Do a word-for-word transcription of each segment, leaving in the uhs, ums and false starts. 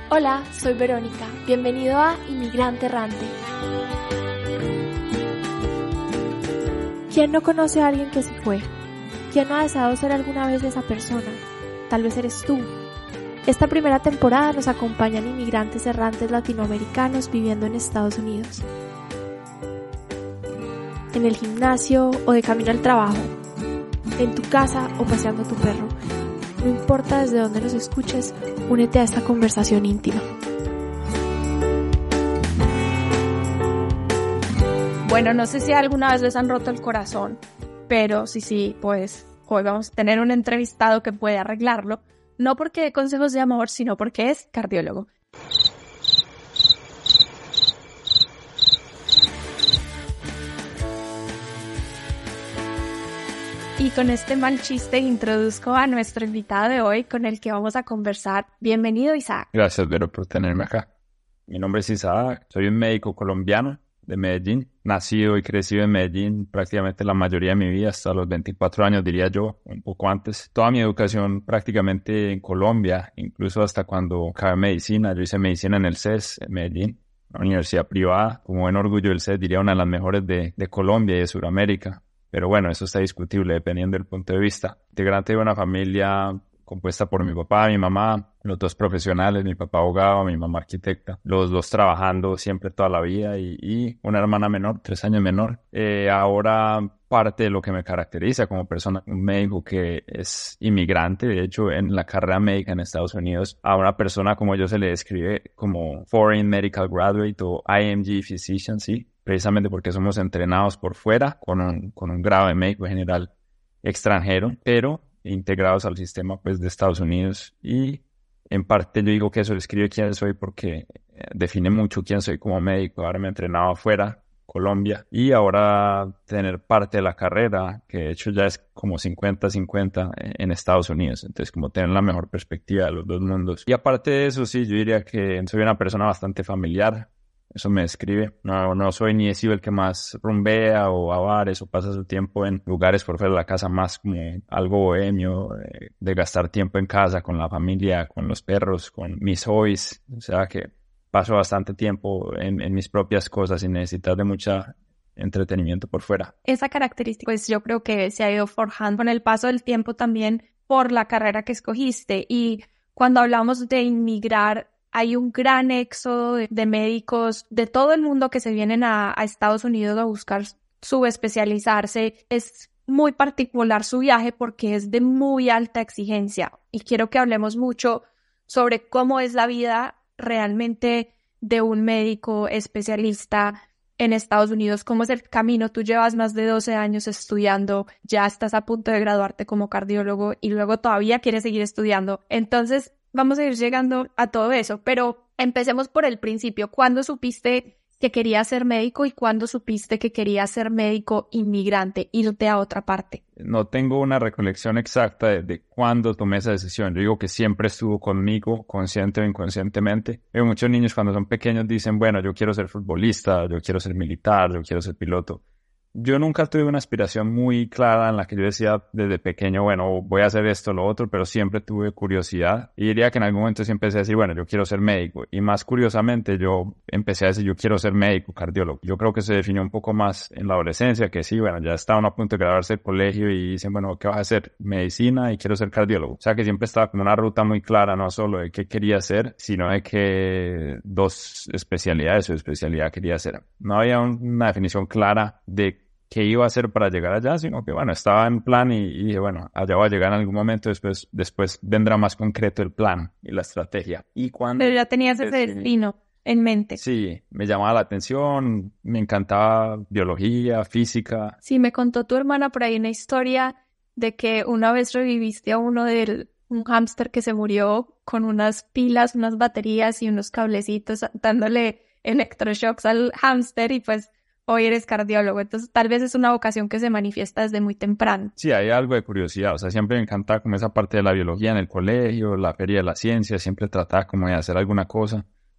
Hola, soy Verónica. Bienvenido a Inmigrante Errante. ¿Quién no conoce a alguien que se fue? ¿Quién no ha deseado ser alguna vez esa persona? Tal vez eres tú. Esta primera temporada nos acompañan inmigrantes errantes latinoamericanos viviendo en Estados Unidos. En el gimnasio o de camino al trabajo, en tu casa o paseando a tu perro. No importa desde dónde nos escuches, únete a esta conversación íntima. Bueno, no sé si alguna vez les han roto el corazón, pero sí, sí, pues hoy vamos a tener un entrevistado que puede arreglarlo, no porque dé consejos de amor, sino porque es cardiólogo. Y con este mal chiste introduzco a nuestro invitado de hoy con el que vamos a conversar. Bienvenido, Isaac. Gracias, Vero, por tenerme acá. Mi nombre es Isaac, soy un médico colombiano de Medellín, nacido y crecido en Medellín prácticamente la mayoría de mi vida, hasta los veinticuatro años diría yo, un poco antes. Toda mi educación prácticamente en Colombia, incluso hasta cuando acabé medicina. Yo hice medicina en el C E S, en Medellín, una universidad privada, como buen orgullo del C E S, diría una de las mejores de, de Colombia y de Sudamérica. Pero bueno, eso está discutible dependiendo del punto de vista. Integrante de una familia compuesta por mi papá, mi mamá, los dos profesionales, mi papá abogado, mi mamá arquitecta, los dos trabajando siempre toda la vida y, y una hermana menor, tres años menor. Eh, ahora parte de lo que me caracteriza como persona, un médico que es inmigrante, de hecho en la carrera médica en Estados Unidos, a una persona como yo se le describe como Foreign Medical Graduate o I M G Physician, sí, precisamente porque somos entrenados por fuera con un, con un grado de médico general extranjero, pero integrados al sistema pues de Estados Unidos. Y en parte yo digo que eso describe quién soy porque define mucho quién soy como médico. Ahora me he entrenado afuera, Colombia, y ahora tener parte de la carrera, que de hecho ya es como cincuenta cincuenta en Estados Unidos. Entonces como tener la mejor perspectiva de los dos mundos. Y aparte de eso, sí, yo diría que soy una persona bastante familiar. Eso me describe. No, no soy ni he sido el que más rumbea o va a bares o pasa su tiempo en lugares por fuera de la casa, más como algo bohemio, eh, de gastar tiempo en casa con la familia, con los perros, con mis hobbies. O sea que paso bastante tiempo en, en mis propias cosas sin necesitar de mucha entretenimiento por fuera. Esa característica, pues yo creo que se ha ido forjando con el paso del tiempo también por la carrera que escogiste. Y cuando hablamos de inmigrar, hay un gran éxodo de, de médicos de todo el mundo que se vienen a, a Estados Unidos a buscar subespecializarse. Es muy particular su viaje porque es de muy alta exigencia. Y quiero que hablemos mucho sobre cómo es la vida realmente de un médico especialista en Estados Unidos. ¿Cómo es el camino? Tú llevas más de doce años estudiando, ya estás a punto de graduarte como cardiólogo y luego todavía quieres seguir estudiando. Entonces, vamos a ir llegando a todo eso, pero empecemos por el principio. ¿Cuándo supiste que querías ser médico y cuándo supiste que querías ser médico inmigrante, irte a otra parte? No tengo una recolección exacta de, de cuándo tomé esa decisión. Yo digo que siempre estuvo conmigo, consciente o inconscientemente. Hay muchos niños cuando son pequeños dicen, bueno, yo quiero ser futbolista, yo quiero ser militar, yo quiero ser piloto. Yo nunca tuve una aspiración muy clara en la que yo decía desde pequeño, bueno, voy a hacer esto o lo otro, pero siempre tuve curiosidad. Y diría que en algún momento sí empecé a decir, bueno, yo quiero ser médico. Y más curiosamente, yo empecé a decir, yo quiero ser médico, cardiólogo. Yo creo que se definió un poco más en la adolescencia, que sí, bueno, ya estaban a punto de graduarse del colegio y dicen, bueno, ¿qué vas a hacer? Medicina y quiero ser cardiólogo. O sea que siempre estaba como una ruta muy clara, no solo de qué quería hacer, sino de qué dos especialidades o especialidad quería hacer. No había un, una definición clara de qué iba a hacer para llegar allá, sino que bueno, estaba en plan y, y dije, bueno, allá voy a llegar en algún momento, después, después vendrá más concreto el plan y la estrategia. Y cuando Pero ya tenías ese sí, destino en mente. Sí, me llamaba la atención, me encantaba biología, física. Sí, me contó tu hermana por ahí una historia de que una vez reviviste a uno del un hámster que se murió con unas pilas, unas baterías y unos cablecitos dándole electroshocks al hámster y pues hoy eres cardiólogo, entonces tal vez es una vocación que se manifiesta desde muy temprano. Sí, hay algo de curiosidad, o sea, siempre me encantaba como esa parte de la biología en el colegio, la feria de la ciencia, siempre trataba como de hacer alguna cosa.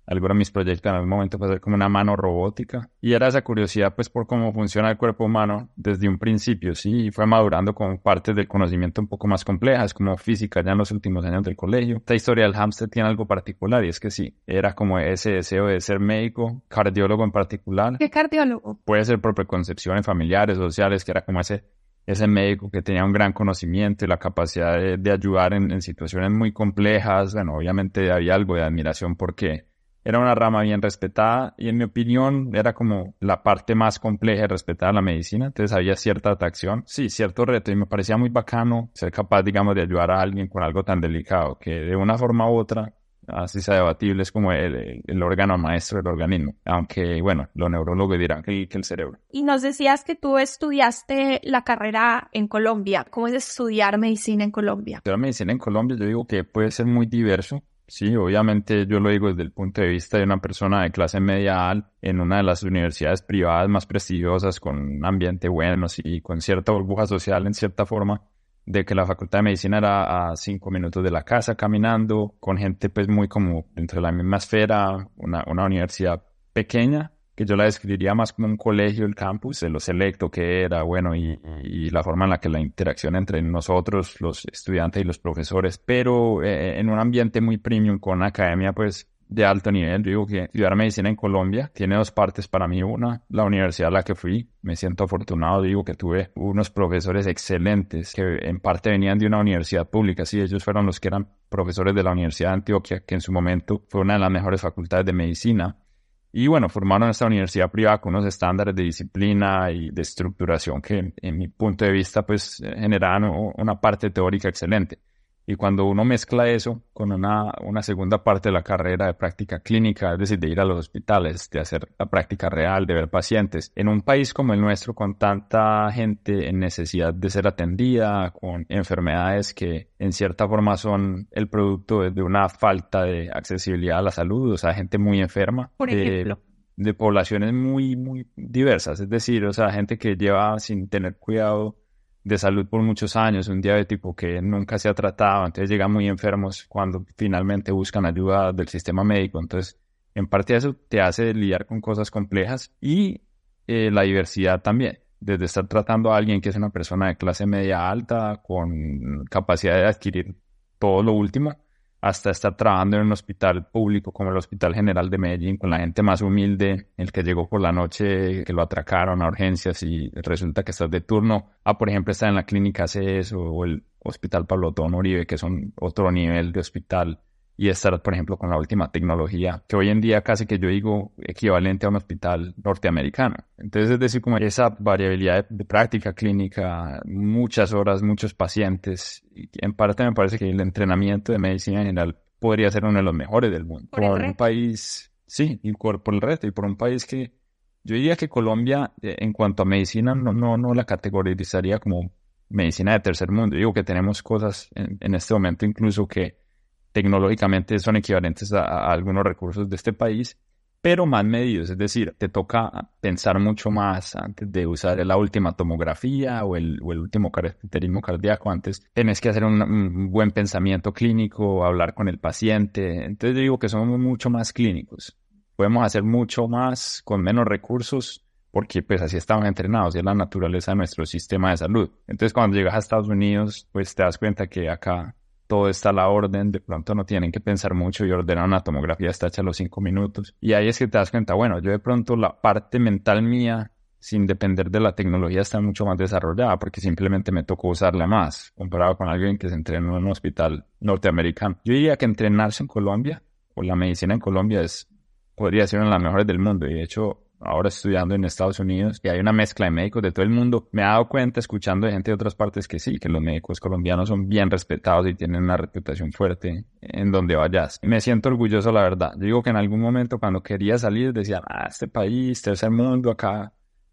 Algunos de mis proyectos en algún momento fue hacer como una mano robótica. Y era esa curiosidad pues por cómo funciona el cuerpo humano desde un principio, sí. Y fue madurando con partes del conocimiento un poco más complejas, como física ya en los últimos años del colegio. Esta historia del hámster tiene algo particular y es que sí, era como ese deseo de ser médico, cardiólogo en particular. ¿Qué cardiólogo? Puede ser por preconcepciones familiares, sociales, que era como ese... ese médico que tenía un gran conocimiento y la capacidad de, de ayudar en, en situaciones muy complejas. Bueno, obviamente había algo de admiración porque era una rama bien respetada y en mi opinión era como la parte más compleja y respetada de la medicina. Entonces había cierta atracción, sí, cierto reto, y me parecía muy bacano ser capaz, digamos, de ayudar a alguien con algo tan delicado que de una forma u otra, así sea debatible, es como el, el, el órgano maestro del organismo. Aunque, bueno, los neurólogos dirán que, que el cerebro. Y nos decías que tú estudiaste la carrera en Colombia. ¿Cómo es estudiar medicina en Colombia? Estudiar medicina en Colombia, yo digo que puede ser muy diverso. Sí, obviamente yo lo digo desde el punto de vista de una persona de clase media alta en una de las universidades privadas más prestigiosas, con un ambiente bueno, sí, con cierta burbuja social en cierta forma, de que la Facultad de Medicina era a cinco minutos de la casa caminando, con gente pues muy como dentro de la misma esfera, una, una universidad pequeña, que yo la describiría más como un colegio, el campus, de lo selecto que era, bueno, y, y la forma en la que la interacción entre nosotros, los estudiantes y los profesores, pero eh, en un ambiente muy premium, con una academia pues de alto nivel. Yo digo que estudiar medicina en Colombia tiene dos partes para mí. Una, la universidad a la que fui. Me siento afortunado, digo que tuve unos profesores excelentes que en parte venían de una universidad pública. Sí, ellos fueron los que eran profesores de la Universidad de Antioquia, que en su momento fue una de las mejores facultades de medicina. Y bueno, formaron esta universidad privada con unos estándares de disciplina y de estructuración que, en mi punto de vista, pues generaban una parte teórica excelente. Y cuando uno mezcla eso con una, una segunda parte de la carrera de práctica clínica, es decir, de ir a los hospitales, de hacer la práctica real, de ver pacientes, en un país como el nuestro, con tanta gente en necesidad de ser atendida, con enfermedades que en cierta forma son el producto de una falta de accesibilidad a la salud, o sea, gente muy enferma. Por ejemplo. De, de poblaciones muy, muy diversas, es decir, o sea, gente que lleva sin tener cuidado de salud por muchos años, un diabético que nunca se ha tratado, entonces llegan muy enfermos cuando finalmente buscan ayuda del sistema médico. Entonces, en parte eso te hace lidiar con cosas complejas y eh, la diversidad también, desde estar tratando a alguien que es una persona de clase media alta, con capacidad de adquirir todo lo último, hasta estar trabajando en un hospital público como el Hospital General de Medellín, con la gente más humilde, el que llegó por la noche, que lo atracaron a urgencias y resulta que estás de turno, a por ejemplo estar en la clínica C E S o el Hospital Pablo Tobón Uribe, que son otro nivel de hospital, y estar, por ejemplo, con la última tecnología, que hoy en día casi que yo digo equivalente a un hospital norteamericano. Entonces, es decir, como esa variabilidad de, de práctica clínica, muchas horas, muchos pacientes, y en parte me parece que el entrenamiento de medicina en general podría ser uno de los mejores del mundo. Por, por un país, sí, y por, por el resto, y por un país que yo diría que Colombia, eh, en cuanto a medicina, no, no, no la categorizaría como medicina de tercer mundo. Yo digo que tenemos cosas en, en este momento incluso que tecnológicamente son equivalentes a, a algunos recursos de este país, pero más medidos. Es decir, te toca pensar mucho más antes de usar la última tomografía o el, o el último cateterismo cardíaco. Antes tenés que hacer un, un buen pensamiento clínico, hablar con el paciente. Entonces yo digo que somos mucho más clínicos. Podemos hacer mucho más con menos recursos, porque pues así estamos entrenados, y es la naturaleza de nuestro sistema de salud. Entonces cuando llegas a Estados Unidos, pues te das cuenta que acá todo está a la orden, de pronto no tienen que pensar mucho y ordenar una tomografía, está hecha a los cinco minutos. Y ahí es que te das cuenta, bueno, yo de pronto la parte mental mía, sin depender de la tecnología, está mucho más desarrollada, porque simplemente me tocó usarla más, comparado con alguien que se entrenó en un hospital norteamericano. Yo diría que entrenarse en Colombia, o la medicina en Colombia, es podría ser una de las mejores del mundo, y de hecho, ahora estudiando en Estados Unidos, que hay una mezcla de médicos de todo el mundo, me he dado cuenta, escuchando de gente de otras partes, que sí, que los médicos colombianos son bien respetados y tienen una reputación fuerte en donde vayas. Me siento orgulloso, la verdad. Yo digo que en algún momento cuando quería salir decía, ah, este país, tercer mundo, acá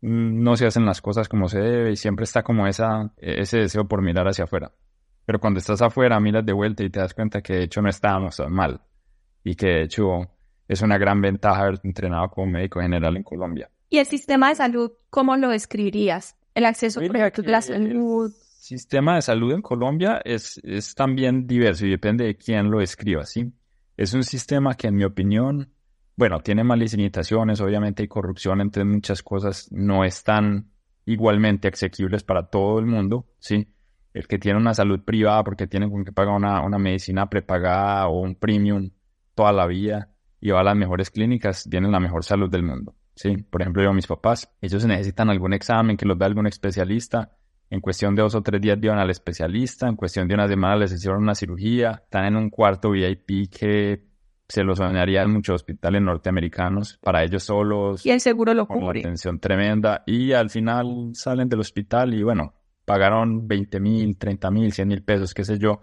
no se hacen las cosas como se debe, y siempre está como esa, ese deseo por mirar hacia afuera. Pero cuando estás afuera, miras de vuelta y te das cuenta que de hecho no estábamos tan mal, y que de hecho es una gran ventaja haber entrenado como médico general en Colombia. ¿Y el sistema de salud, cómo lo describirías? El acceso por ejemplo, a la salud. El sistema de salud en Colombia es, es también diverso y depende de quién lo escriba, ¿sí? Es un sistema que, en mi opinión, bueno, tiene más limitaciones, obviamente hay corrupción, entre muchas cosas no están igualmente asequibles para todo el mundo, ¿sí? El que tiene una salud privada porque tiene que pagar una, una medicina prepagada o un premium toda la vida y va a las mejores clínicas, tienen la mejor salud del mundo, ¿sí? Por ejemplo, yo, mis papás, ellos necesitan algún examen que los vea algún especialista. En cuestión de dos o tres días iban al especialista, en cuestión de una semana les hicieron una cirugía, están en un cuarto V I P que se lo soñaría en muchos hospitales norteamericanos, para ellos solos. Y el seguro lo con cubre. Una atención tremenda. Y al final salen del hospital y bueno, pagaron veinte mil, treinta mil, cien mil pesos, qué sé yo.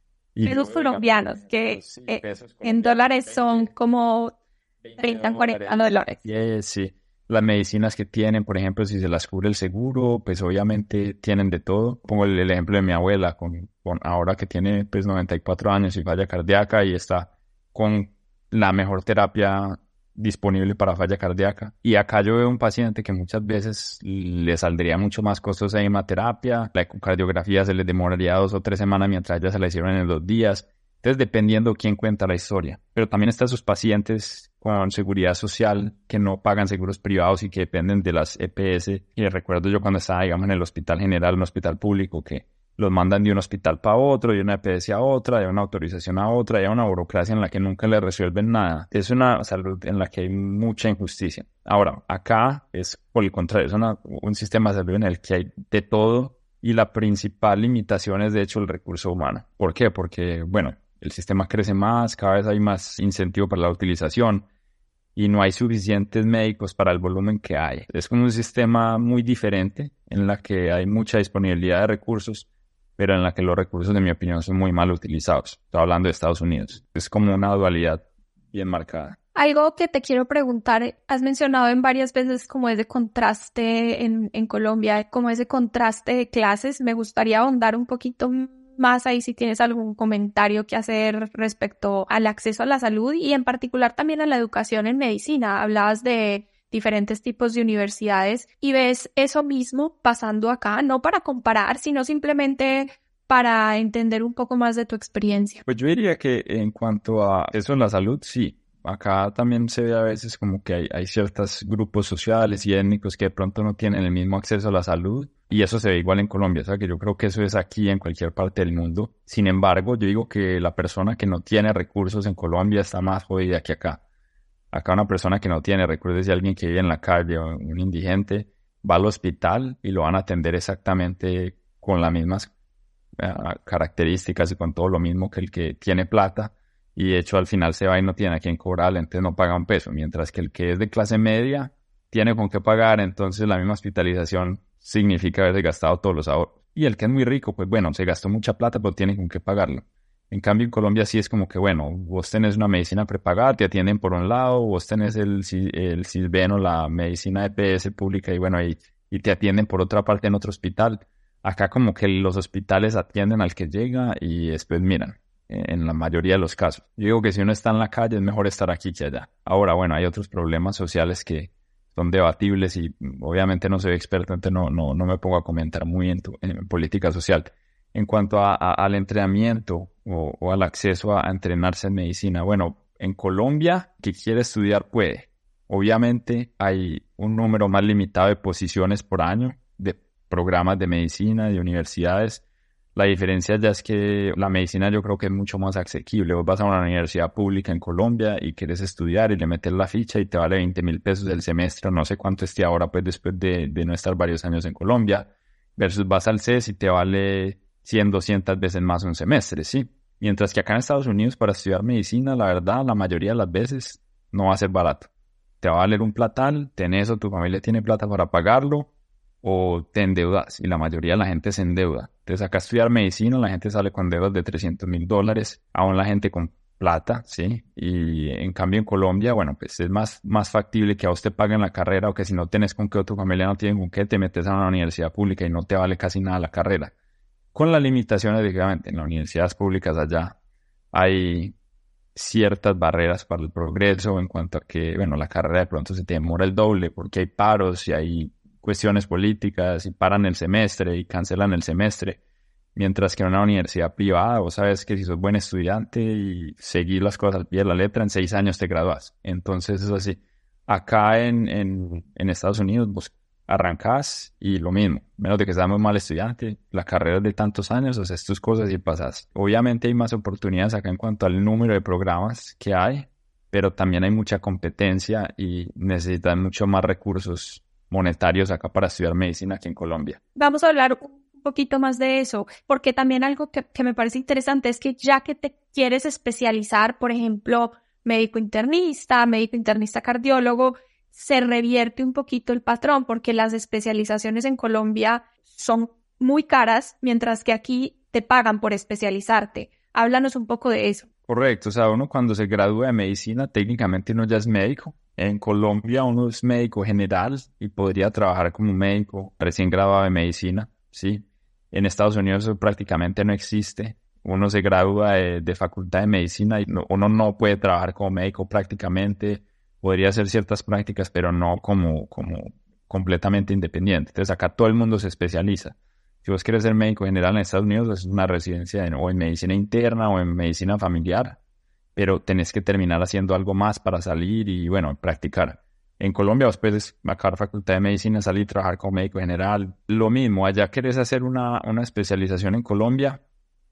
Y pesos yo, colombianos, digamos, que sí, eh, pesos en colombianos, dólares son veinte, como veinte treinta, cuarenta dólares. Yes, sí. Las medicinas que tienen, por ejemplo, si se las cubre el seguro, pues obviamente tienen de todo. Pongo el, el ejemplo de mi abuela, con, con ahora que tiene pues noventa y cuatro años y falla cardíaca y está con la mejor terapia disponible para falla cardíaca. Y acá yo veo un paciente que muchas veces le saldría mucho más costosa la hemoterapia, la ecocardiografía se le demoraría dos o tres semanas mientras ya se la hicieron en dos días. Entonces, dependiendo quién cuenta la historia. Pero también están sus pacientes con seguridad social que no pagan seguros privados y que dependen de las E P S. Y recuerdo yo cuando estaba, digamos, en el hospital general, en un hospital público, que los mandan de un hospital para otro, de una E P S a otra, de una autorización a otra, de una burocracia en la que nunca le resuelven nada. Es una salud en la que hay mucha injusticia. Ahora, acá es por el contrario, es una, un sistema de salud en el que hay de todo y la principal limitación es, de hecho, el recurso humano. ¿Por qué? Porque, bueno, el sistema crece más, cada vez hay más incentivo para la utilización y no hay suficientes médicos para el volumen que hay. Es como un sistema muy diferente en la que hay mucha disponibilidad de recursos, pero en la que los recursos, de mi opinión, son muy mal utilizados. Estoy hablando de Estados Unidos. Es como una dualidad bien marcada. Algo que te quiero preguntar, has mencionado en varias veces como ese contraste en, en Colombia, como ese contraste de clases. Me gustaría ahondar un poquito más ahí si tienes algún comentario que hacer respecto al acceso a la salud y en particular también a la educación en medicina. Hablabas de diferentes tipos de universidades y ves eso mismo pasando acá, no para comparar, sino simplemente para entender un poco más de tu experiencia. Pues yo diría que en cuanto a eso en la salud, sí. Acá también se ve a veces como que hay, hay ciertos grupos sociales y étnicos que de pronto no tienen el mismo acceso a la salud y eso se ve igual en Colombia, o sea que yo creo que eso es aquí en cualquier parte del mundo. Sin embargo, yo digo que la persona que no tiene recursos en Colombia está más jodida que acá. Acá una persona que no tiene recursos y alguien que vive en la calle o un indigente va al hospital y lo van a atender exactamente con las mismas uh, características y con todo lo mismo que el que tiene plata. Y de hecho al final se va y no tiene a quién cobrarle, entonces no paga un peso. Mientras que el que es de clase media tiene con qué pagar, entonces la misma hospitalización significa haberse gastado todos los ahorros. Y el que es muy rico, pues bueno, se gastó mucha plata, pero tiene con qué pagarlo. En cambio en Colombia sí es como que, bueno, vos tenés una medicina prepagada, te atienden por un lado, vos tenés el, el Sisbén o la medicina E P S pública y bueno, y, y te atienden por otra parte en otro hospital. Acá como que los hospitales atienden al que llega y después miran. En la mayoría de los casos. Yo digo que si uno está en la calle es mejor estar aquí que allá. Ahora, bueno, hay otros problemas sociales que son debatibles y obviamente no soy experto, entonces no, no, no me pongo a comentar muy en, tu, en política social. En cuanto a, a, al entrenamiento o, o al acceso a, a entrenarse en medicina, bueno, en Colombia, que quiere estudiar puede. Obviamente hay un número más limitado de posiciones por año, de programas de medicina, de universidades. La diferencia ya es que la medicina yo creo que es mucho más asequible. Vos vas a una universidad pública en Colombia y quieres estudiar y le metes la ficha y te vale veinte mil pesos el semestre, no sé cuánto esté ahora pues después de, de no estar varios años en Colombia, versus vas al C E S y te vale cien, doscientas veces más un semestre, ¿sí? Mientras que acá en Estados Unidos para estudiar medicina, la verdad, la mayoría de las veces no va a ser barato. Te va a valer un platal, tenés o tu familia tiene plata para pagarlo, o te endeudas, y la mayoría de la gente se endeuda. Entonces acá a estudiar medicina la gente sale con deudas de trescientos mil dólares, aún la gente con plata, ¿sí? Y en cambio en Colombia, bueno, pues es más, más factible que a vos te paguen la carrera o que si no tenés con qué o tu familia no tiene con qué, te metes a una universidad pública y no te vale casi nada la carrera. Con las limitaciones, digamos, en las universidades públicas allá hay ciertas barreras para el progreso en cuanto a que, bueno, la carrera de pronto se te demora el doble porque hay paros y hay cuestiones políticas y paran el semestre y cancelan el semestre Mientras que en una universidad privada, vos sabes que si sos buen estudiante y seguís las cosas al pie de la letra, en seis años te gradúas. Entonces es así. Acá en, en, en Estados Unidos vos arrancás y lo mismo. Menos de que seas muy mal estudiante, la carrera es de tantos años, haces tus cosas y pasás. Obviamente hay más oportunidades acá en cuanto al número de programas que hay, pero también hay mucha competencia y necesitan mucho más recursos monetarios acá para estudiar medicina que en Colombia. Vamos a hablar un poquito más de eso, porque también algo que, que me parece interesante es que ya que te quieres especializar, por ejemplo, médico internista, médico internista cardiólogo, se revierte un poquito el patrón, porque las especializaciones en Colombia son muy caras, mientras que aquí te pagan por especializarte. Háblanos un poco de eso. Correcto, o sea, uno cuando se gradúa de medicina, técnicamente uno ya es médico. En Colombia uno es médico general y podría trabajar como médico recién graduado de medicina, ¿sí? En Estados Unidos eso prácticamente no existe. Uno se gradúa de, de facultad de medicina y no, uno no puede trabajar como médico prácticamente. Podría hacer ciertas prácticas, pero no como, como completamente independiente. Entonces acá todo el mundo se especializa. Si vos quieres ser médico general en Estados Unidos, es una residencia en, o en medicina interna o en medicina familiar, pero tenés que terminar haciendo algo más para salir y, bueno, practicar. En Colombia vos puedes acabar facultad de medicina, salir y trabajar como médico general. Lo mismo, allá querés hacer una, una especialización en Colombia,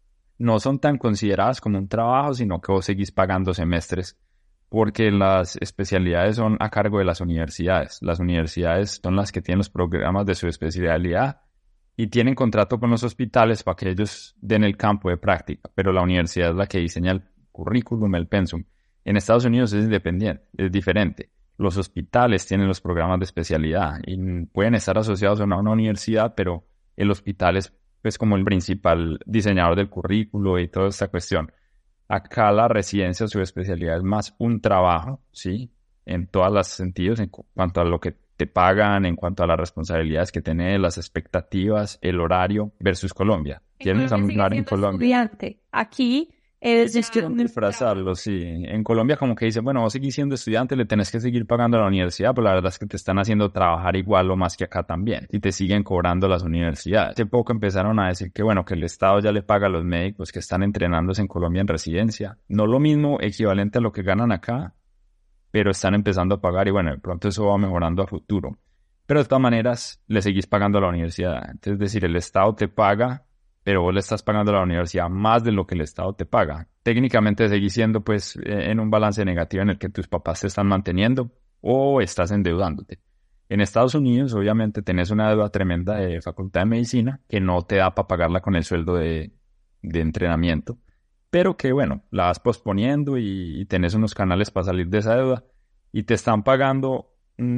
no son tan consideradas como un trabajo, sino que vos seguís pagando semestres, porque las especialidades son a cargo de las universidades. Las universidades son las que tienen los programas de su especialidad y tienen contrato con los hospitales para que ellos den el campo de práctica, pero la universidad es la que diseña el currículum, el pensum. En Estados Unidos es independiente, es diferente. Los hospitales tienen los programas de especialidad y pueden estar asociados a una, una universidad, pero el hospital es pues, como el principal diseñador del currículo y toda esta cuestión. Acá la residencia, su especialidad es más un trabajo, ¿sí? En todos los sentidos, en cuanto a lo que te pagan, en cuanto a las responsabilidades que tenés, las expectativas, el horario versus Colombia. ¿Tienes hablar en Colombia? Estudiante. Aquí es disfrazarlo, sí. En Colombia como que dicen, bueno, vos seguís siendo estudiante, le tenés que seguir pagando a la universidad, pero la verdad es que te están haciendo trabajar igual o más que acá también. Y te siguen cobrando las universidades. Hace poco empezaron a decir que, bueno, que el Estado ya le paga a los médicos que están entrenándose en Colombia en residencia. No lo mismo equivalente a lo que ganan acá, pero están empezando a pagar y bueno, de pronto eso va mejorando a futuro. Pero de todas maneras, le seguís pagando a la universidad. Es decir, el Estado te paga, pero vos le estás pagando a la universidad más de lo que el Estado te paga. Técnicamente seguís siendo pues en un balance negativo en el que tus papás te están manteniendo o estás endeudándote. En Estados Unidos, obviamente, tenés una deuda tremenda de facultad de medicina que no te da para pagarla con el sueldo de, de entrenamiento, pero que, bueno, la vas posponiendo y, y tenés unos canales para salir de esa deuda y te están pagando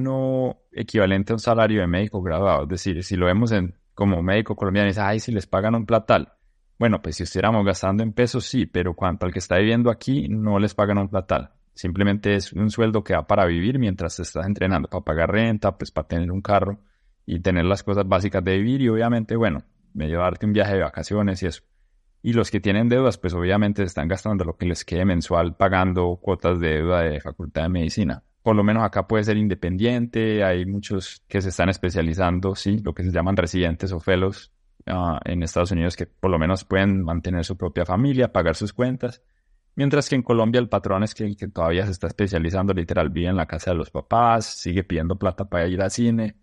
no equivalente a un salario de médico graduado. Es decir, si lo vemos en, como médico colombiano, dice, ay, si les pagan un platal. Bueno, pues si estuviéramos gastando en pesos, sí, pero cuanto al que está viviendo aquí, no les pagan un platal. Simplemente es un sueldo que da para vivir mientras te estás entrenando, para pagar renta, pues para tener un carro y tener las cosas básicas de vivir y obviamente, bueno, medio darte un viaje de vacaciones y eso. Y los que tienen deudas, pues obviamente están gastando lo que les quede mensual pagando cuotas de deuda de facultad de medicina. Por lo menos acá puede ser independiente, hay muchos que se están especializando, sí, lo que se llaman residentes o fellows uh, en Estados Unidos que por lo menos pueden mantener su propia familia, pagar sus cuentas. Mientras que en Colombia el patrón es que el que todavía se está especializando, literal, vive en la casa de los papás, sigue pidiendo plata para ir al cine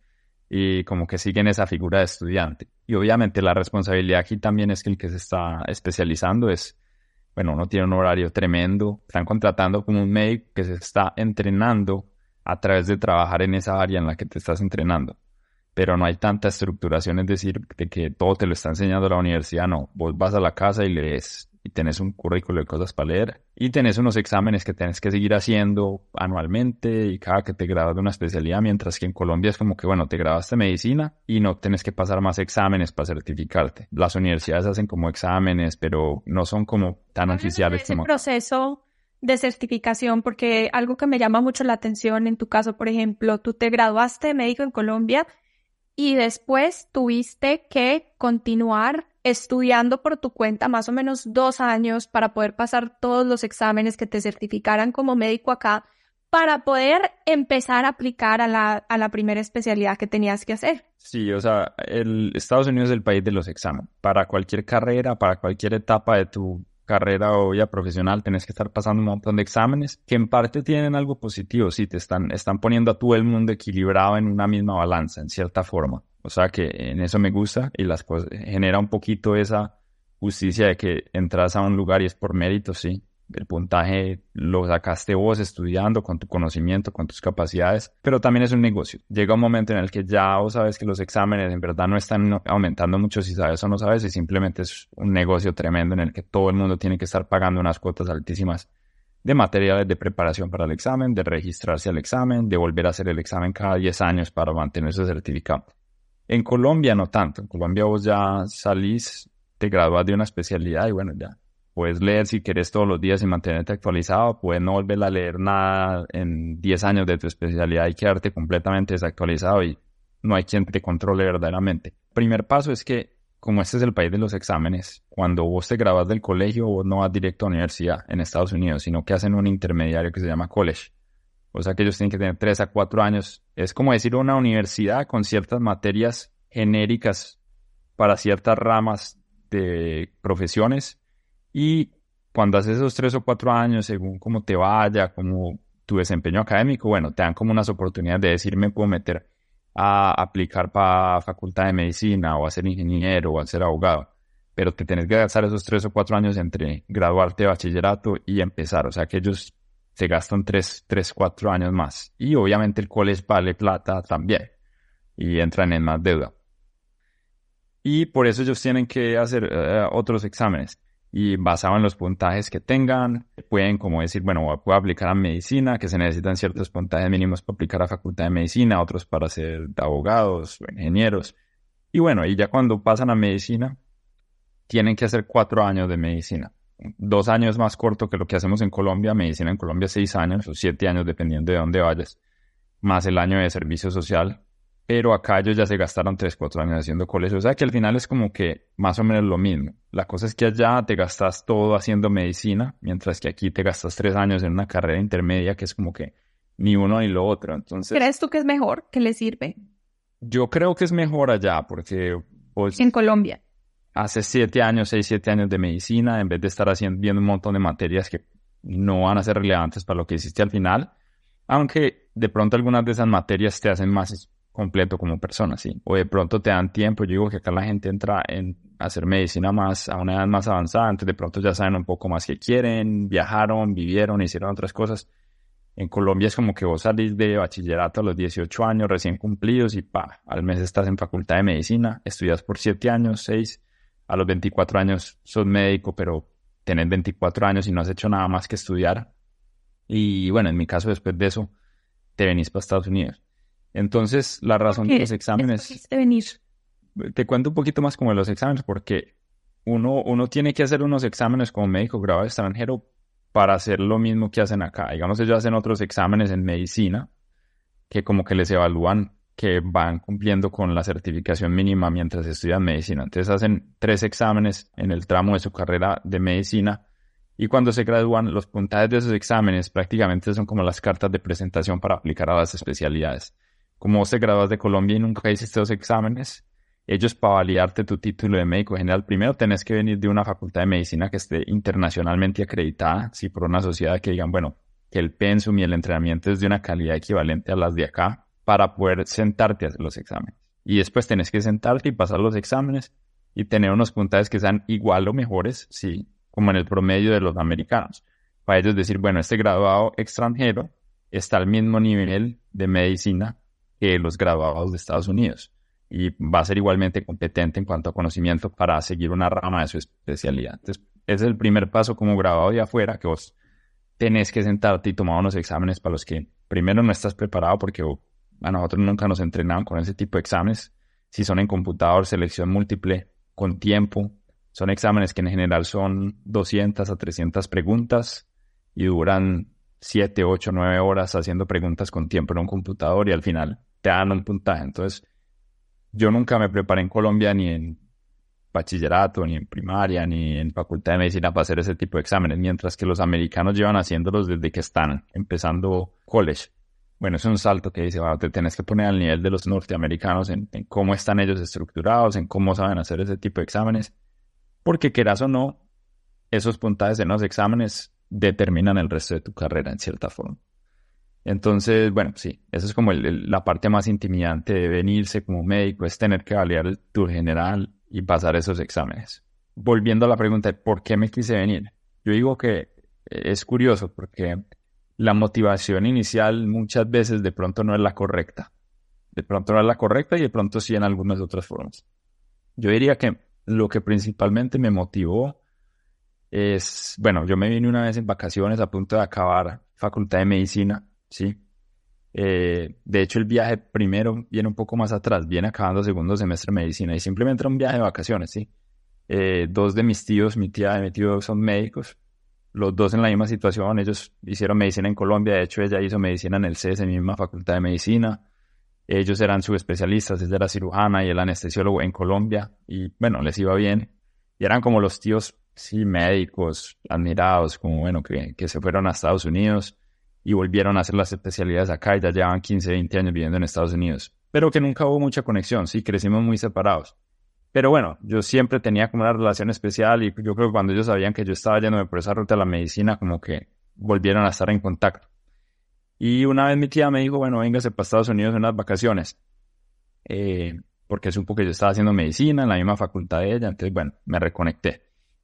y como que sigue en esa figura de estudiante. Y obviamente la responsabilidad aquí también es que el que se está especializando es, bueno, uno tiene un horario tremendo, están contratando como un médico que se está entrenando a través de trabajar en esa área en la que te estás entrenando. Pero no hay tanta estructuración, es decir, de que todo te lo está enseñando la universidad, no. Vos vas a la casa y lees y tenés un currículo de cosas para leer y tenés unos exámenes que tenés que seguir haciendo anualmente y cada que te gradúas de una especialidad, mientras que en Colombia es como que, bueno, te graduaste de medicina y no tenés que pasar más exámenes para certificarte. Las universidades hacen como exámenes, pero no son como tan oficiales ese como... proceso de certificación, porque algo que me llama mucho la atención en tu caso, por ejemplo, tú te graduaste de médico en Colombia y después tuviste que continuar estudiando por tu cuenta más o menos dos años para poder pasar todos los exámenes que te certificaran como médico acá, para poder empezar a aplicar a la, a la primera especialidad que tenías que hacer. Sí, o sea, el Estados Unidos es el país de los exámenes. Para cualquier carrera, para cualquier etapa de tu carrera o vida profesional, tenés que estar pasando un montón de exámenes que en parte tienen algo positivo. Sí, te están, están poniendo a todo el mundo equilibrado en una misma balanza, en cierta forma. O sea, que en eso me gusta y las cosas, genera un poquito esa justicia de que entras a un lugar y es por mérito, sí. El puntaje lo sacaste vos estudiando con tu conocimiento, con tus capacidades, pero también es un negocio. Llega un momento en el que ya vos sabes que los exámenes en verdad no están aumentando mucho si sabes o no sabes, y simplemente es un negocio tremendo en el que todo el mundo tiene que estar pagando unas cuotas altísimas de materiales de preparación para el examen, de registrarse al examen, de volver a hacer el examen cada diez años para mantener ese certificado. En Colombia no tanto. En Colombia vos ya salís, te gradúas de una especialidad y bueno, ya puedes leer si quieres todos los días y mantenerte actualizado. Puedes no volver a leer nada en diez años de tu especialidad y quedarte completamente desactualizado y no hay quien te controle verdaderamente. Primer paso es que, como este es el país de los exámenes, cuando vos te gradúas del colegio, vos no vas directo a la universidad en Estados Unidos, sino que hacen un intermediario que se llama college. O sea que ellos tienen que tener tres a cuatro años. Es como decir una universidad con ciertas materias genéricas para ciertas ramas de profesiones. Y cuando haces esos tres o cuatro años, según cómo te vaya, como tu desempeño académico, bueno, te dan como unas oportunidades de decir, me puedo meter a aplicar para facultad de medicina o a ser ingeniero o a ser abogado. Pero te tenés que gastar esos tres o cuatro años entre graduarte de bachillerato y empezar. O sea que ellos se gastan tres, tres, cuatro años más. Y obviamente el college vale plata también. Y entran en más deuda. Y por eso ellos tienen que hacer uh, otros exámenes. Y basado en los puntajes que tengan, pueden como decir, bueno, puedo aplicar a medicina, que se necesitan ciertos puntajes mínimos para aplicar a facultad de medicina, otros para ser abogados o ingenieros. Y bueno, y ya cuando pasan a medicina, tienen que hacer cuatro años de medicina. Dos años más corto que lo que hacemos en Colombia. Medicina en Colombia seis años o siete años, dependiendo de dónde vayas, más el año de servicio social. Pero acá ellos ya se gastaron tres, cuatro años haciendo colegio. O sea que al final es como que más o menos lo mismo. La cosa es que allá te gastas todo haciendo medicina, mientras que aquí te gastas tres años en una carrera intermedia que es como que ni uno ni lo otro. Entonces, ¿crees tú que es mejor? ¿Que le sirve? Yo creo que es mejor allá porque pues, en Colombia haces siete años, seis, siete años de medicina en vez de estar haciendo, viendo un montón de materias que no van a ser relevantes para lo que hiciste al final. Aunque de pronto algunas de esas materias te hacen más completo como persona, sí. O de pronto te dan tiempo. Yo digo que acá la gente entra en hacer medicina más a una edad más avanzada, entonces de pronto ya saben un poco más que quieren, viajaron, vivieron, hicieron otras cosas. En Colombia es como que vos salís de bachillerato a los dieciocho años recién cumplidos y pa, al mes estás en facultad de medicina, estudias por siete años, seis, a los veinticuatro años sos médico, pero tenés veinticuatro años y no has hecho nada más que estudiar. Y bueno, en mi caso después de eso te venís para Estados Unidos. Entonces, la razón de los exámenes... venir? Te cuento un poquito más como de los exámenes, porque uno, uno tiene que hacer unos exámenes como médico graduado extranjero para hacer lo mismo que hacen acá. Digamos, ellos hacen otros exámenes en medicina que como que les evalúan que van cumpliendo con la certificación mínima mientras estudian medicina. Entonces hacen tres exámenes en el tramo de su carrera de medicina y cuando se gradúan, los puntajes de esos exámenes prácticamente son como las cartas de presentación para aplicar a las especialidades. Como vos te gradúas de Colombia y nunca hiciste los exámenes, ellos para validarte tu título de médico general, primero tenés que venir de una facultad de medicina que esté internacionalmente acreditada, sí, por una sociedad que digan, bueno, que el pensum y el entrenamiento es de una calidad equivalente a las de acá para poder sentarte a hacer los exámenes. Y después tenés que sentarte y pasar los exámenes y tener unos puntajes que sean igual o mejores, sí, como en el promedio de los americanos. Para ellos decir, bueno, este graduado extranjero está al mismo nivel de medicina que los graduados de Estados Unidos y va a ser igualmente competente en cuanto a conocimiento para seguir una rama de su especialidad. Entonces, ese es el primer paso como graduado de afuera, que vos tenés que sentarte y tomar unos exámenes para los que primero no estás preparado porque a nosotros nunca nos entrenaban con ese tipo de exámenes. Si son en computador, selección múltiple, con tiempo, son exámenes que en general son doscientas a trescientas preguntas y duran siete, ocho, nueve horas haciendo preguntas con tiempo en un computador y al final te dan un puntaje. Entonces, yo nunca me preparé en Colombia ni en bachillerato, ni en primaria, ni en facultad de medicina para hacer ese tipo de exámenes, mientras que los americanos llevan haciéndolos desde que están empezando college. Bueno, es un salto que dice, bueno, te tenés que poner al nivel de los norteamericanos en, en cómo están ellos estructurados, en cómo saben hacer ese tipo de exámenes, porque quieras o no, esos puntajes en los exámenes determinan el resto de tu carrera en cierta forma. Entonces, bueno, sí, esa es como el, el, la parte más intimidante de venirse como médico, es tener que validar el tour general y pasar esos exámenes. Volviendo a la pregunta de por qué me quise venir, yo digo que es curioso porque la motivación inicial muchas veces de pronto no es la correcta. De pronto no es la correcta y de pronto sí en algunas otras formas. Yo diría que lo que principalmente me motivó es, bueno, yo me vine una vez en vacaciones a punto de acabar facultad de medicina, ¿sí? Eh, de hecho, el viaje primero viene un poco más atrás, viene acabando segundo semestre de medicina y simplemente era un viaje de vacaciones, ¿sí? Eh, dos de mis tíos, mi tía y mi tío son médicos, los dos en la misma situación, ellos hicieron medicina en Colombia, de hecho ella hizo medicina en el C E S, en mi misma facultad de medicina, ellos eran subespecialistas, ella era cirujana y el anestesiólogo en Colombia y bueno, les iba bien y eran como los tíos, sí, médicos admirados, como bueno, que, que se fueron a Estados Unidos y volvieron a hacer las especialidades acá y ya llevan quince, veinte años viviendo en Estados Unidos, pero que nunca hubo mucha conexión, sí, crecimos muy separados. Pero bueno, yo siempre tenía como una relación especial y yo creo que cuando ellos sabían que yo estaba yéndome por esa ruta de la medicina, como que volvieron a estar en contacto. Y una vez mi tía me dijo, bueno, véngase para Estados Unidos en unas vacaciones, eh, porque supo que yo estaba haciendo medicina en la misma facultad de ella, entonces bueno, me reconecté.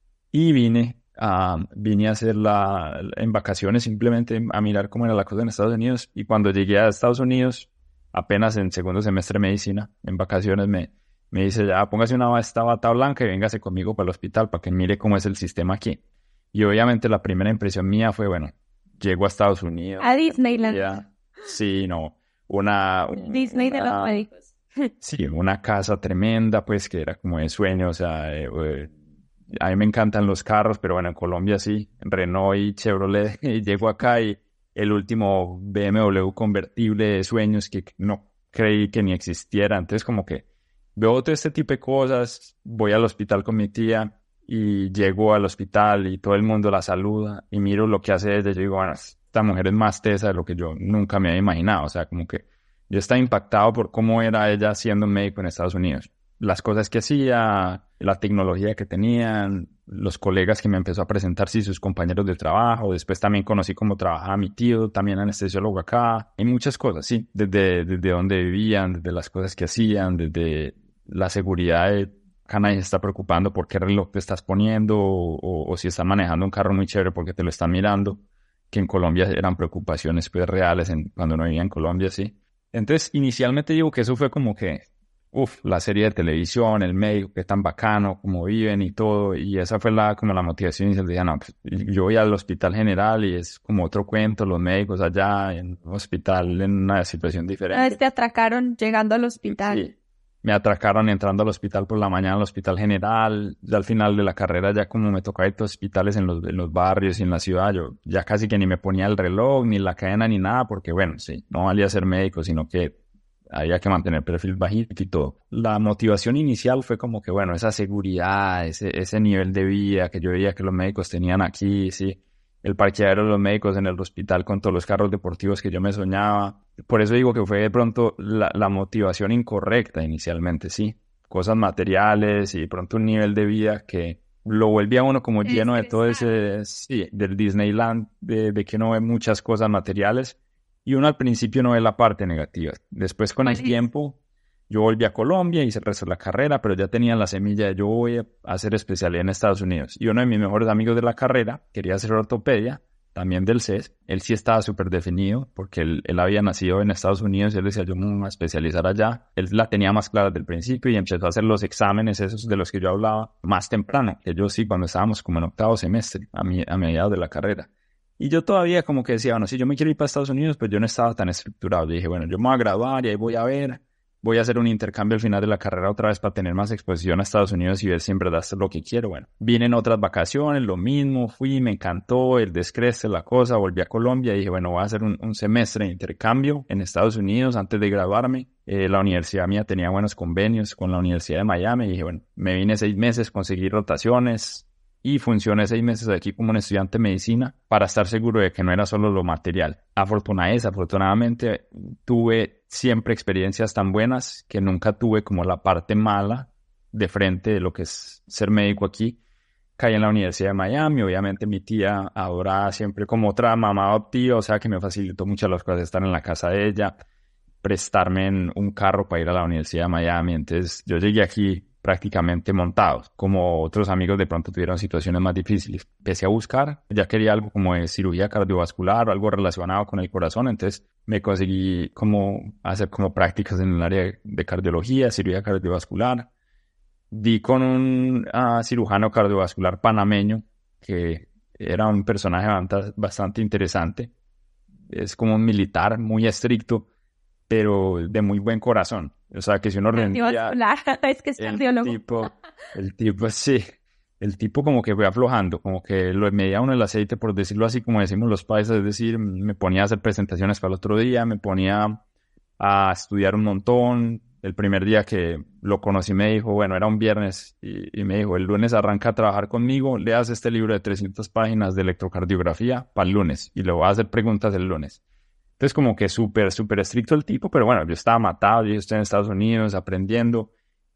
Y vine a, vine a hacer la, en vacaciones simplemente a mirar cómo era la cosa en Estados Unidos. Y cuando llegué a Estados Unidos, apenas en segundo semestre de medicina, en vacaciones me, me dice, ya póngase una esta bata blanca y véngase conmigo para el hospital para que mire cómo es el sistema aquí. Y obviamente la primera impresión mía fue, bueno, llego a Estados Unidos. A Disneyland. Ya, sí, no, una... Disney una, de los médicos. Sí, una casa tremenda, pues, que era como de sueño, o sea... Eh, eh, a mí me encantan los carros, pero bueno, en Colombia sí, Renault y Chevrolet. Y llego acá y el último B M W convertible de sueños que no creí que ni existiera. Entonces como que veo todo este tipo de cosas, voy al hospital con mi tía y llego al hospital y todo el mundo la saluda y miro lo que hace ella. Yo digo, bueno, esta mujer es más tesa de lo que yo nunca me había imaginado. O sea, como que yo estaba impactado por cómo era ella siendo médico en Estados Unidos. Las cosas que hacía, la tecnología que tenían, los colegas que me empezó a presentar, sí, sus compañeros de trabajo. Después también conocí cómo trabajaba mi tío, también anestesiólogo acá. Y muchas cosas, sí, desde, desde dónde vivían, desde las cosas que hacían, desde la seguridad de acá nadie se está preocupando por qué reloj te estás poniendo o, o, o si estás manejando un carro muy chévere porque te lo están mirando, que en Colombia eran preocupaciones pues reales en, cuando no vivía en Colombia, sí. Entonces, inicialmente digo que eso fue como que Uf, la serie de televisión, el médico, qué tan bacano, cómo viven y todo. Y esa fue la como la motivación inicial. Dije, no, pues, yo voy al hospital general y es como otro cuento, los médicos allá en un hospital en una situación diferente. Una vez te atracaron llegando al hospital. Sí, me atracaron entrando al hospital por la mañana, al hospital general. Ya al final de la carrera ya como me tocaba ir a hospitales en los, en los barrios y en la ciudad, yo ya casi que ni me ponía el reloj, ni la cadena, ni nada, porque bueno, sí, no valía ser médico, sino que había que mantener perfil bajito y todo. La motivación inicial fue como que, bueno, esa seguridad, ese, ese nivel de vida que yo veía que los médicos tenían aquí, sí. El parqueadero de los médicos en el hospital con todos los carros deportivos que yo me soñaba. Por eso digo que fue de pronto la, la motivación incorrecta inicialmente, sí. Cosas materiales y de pronto un nivel de vida que lo vuelve a uno como lleno de todo ese, sí, del Disneyland, de, de que uno ve muchas cosas materiales. Y uno al principio no ve la parte negativa. Después con el tiempo, yo volví a Colombia, hice el resto de la carrera, pero ya tenía la semilla de yo voy a hacer especialidad en Estados Unidos. Y uno de mis mejores amigos de la carrera quería hacer ortopedia, también del C E S. Él sí estaba súper definido, porque él, él había nacido en Estados Unidos y él decía, yo me voy a especializar allá. Él la tenía más clara desde el principio y empezó a hacer los exámenes, esos de los que yo hablaba, más temprano. Que yo sí, cuando estábamos como en octavo semestre, a, mi, a mediados de la carrera. Y yo todavía como que decía, bueno, si yo me quiero ir para Estados Unidos, pues yo no estaba tan estructurado. Yo dije, bueno, yo me voy a graduar y ahí voy a ver, voy a hacer un intercambio al final de la carrera otra vez para tener más exposición a Estados Unidos y ver si en verdad es lo que quiero. Bueno, vine en otras vacaciones, lo mismo, fui, me encantó, el descreste, la cosa, volví a Colombia y dije, bueno, voy a hacer un, un semestre de intercambio en Estados Unidos antes de graduarme. Eh, la universidad mía tenía buenos convenios con la Universidad de Miami y dije, bueno, me vine seis meses, conseguí rotaciones. y funcioné seis meses aquí como un estudiante de medicina para estar seguro de que no era solo lo material. Afortunadamente, afortunadamente tuve siempre experiencias tan buenas que nunca tuve como la parte mala de frente de lo que es ser médico aquí. Caí en la Universidad de Miami, obviamente mi tía adorada siempre como otra mamá adoptiva, o sea que me facilitó muchas las cosas estar en la casa de ella, prestarme en un carro para ir a la Universidad de Miami. Entonces yo llegué aquí prácticamente montado, como otros amigos de pronto tuvieron situaciones más difíciles. Empecé a buscar, ya quería algo como de cirugía cardiovascular o algo relacionado con el corazón, entonces me conseguí como hacer como prácticas en el área de cardiología, cirugía cardiovascular. Di con un uh, cirujano cardiovascular panameño que era un personaje bastante interesante. Es como un militar muy estricto, pero de muy buen corazón. O sea, que si uno rendía... Es que es cardiólogo. El tipo, el tipo, sí. El tipo como que fue aflojando, como que lo medía uno el aceite, por decirlo así, como decimos los paisas. Es decir, me ponía a hacer presentaciones para el otro día, me ponía a estudiar un montón. El primer día que lo conocí me dijo, bueno, era un viernes, y, y me dijo, el lunes arranca a trabajar conmigo, leas este libro de trescientas páginas de electrocardiografía para el lunes, y le voy a hacer preguntas el lunes. Entonces como que súper, súper estricto el tipo, pero bueno, yo estaba matado, yo estoy en Estados Unidos aprendiendo,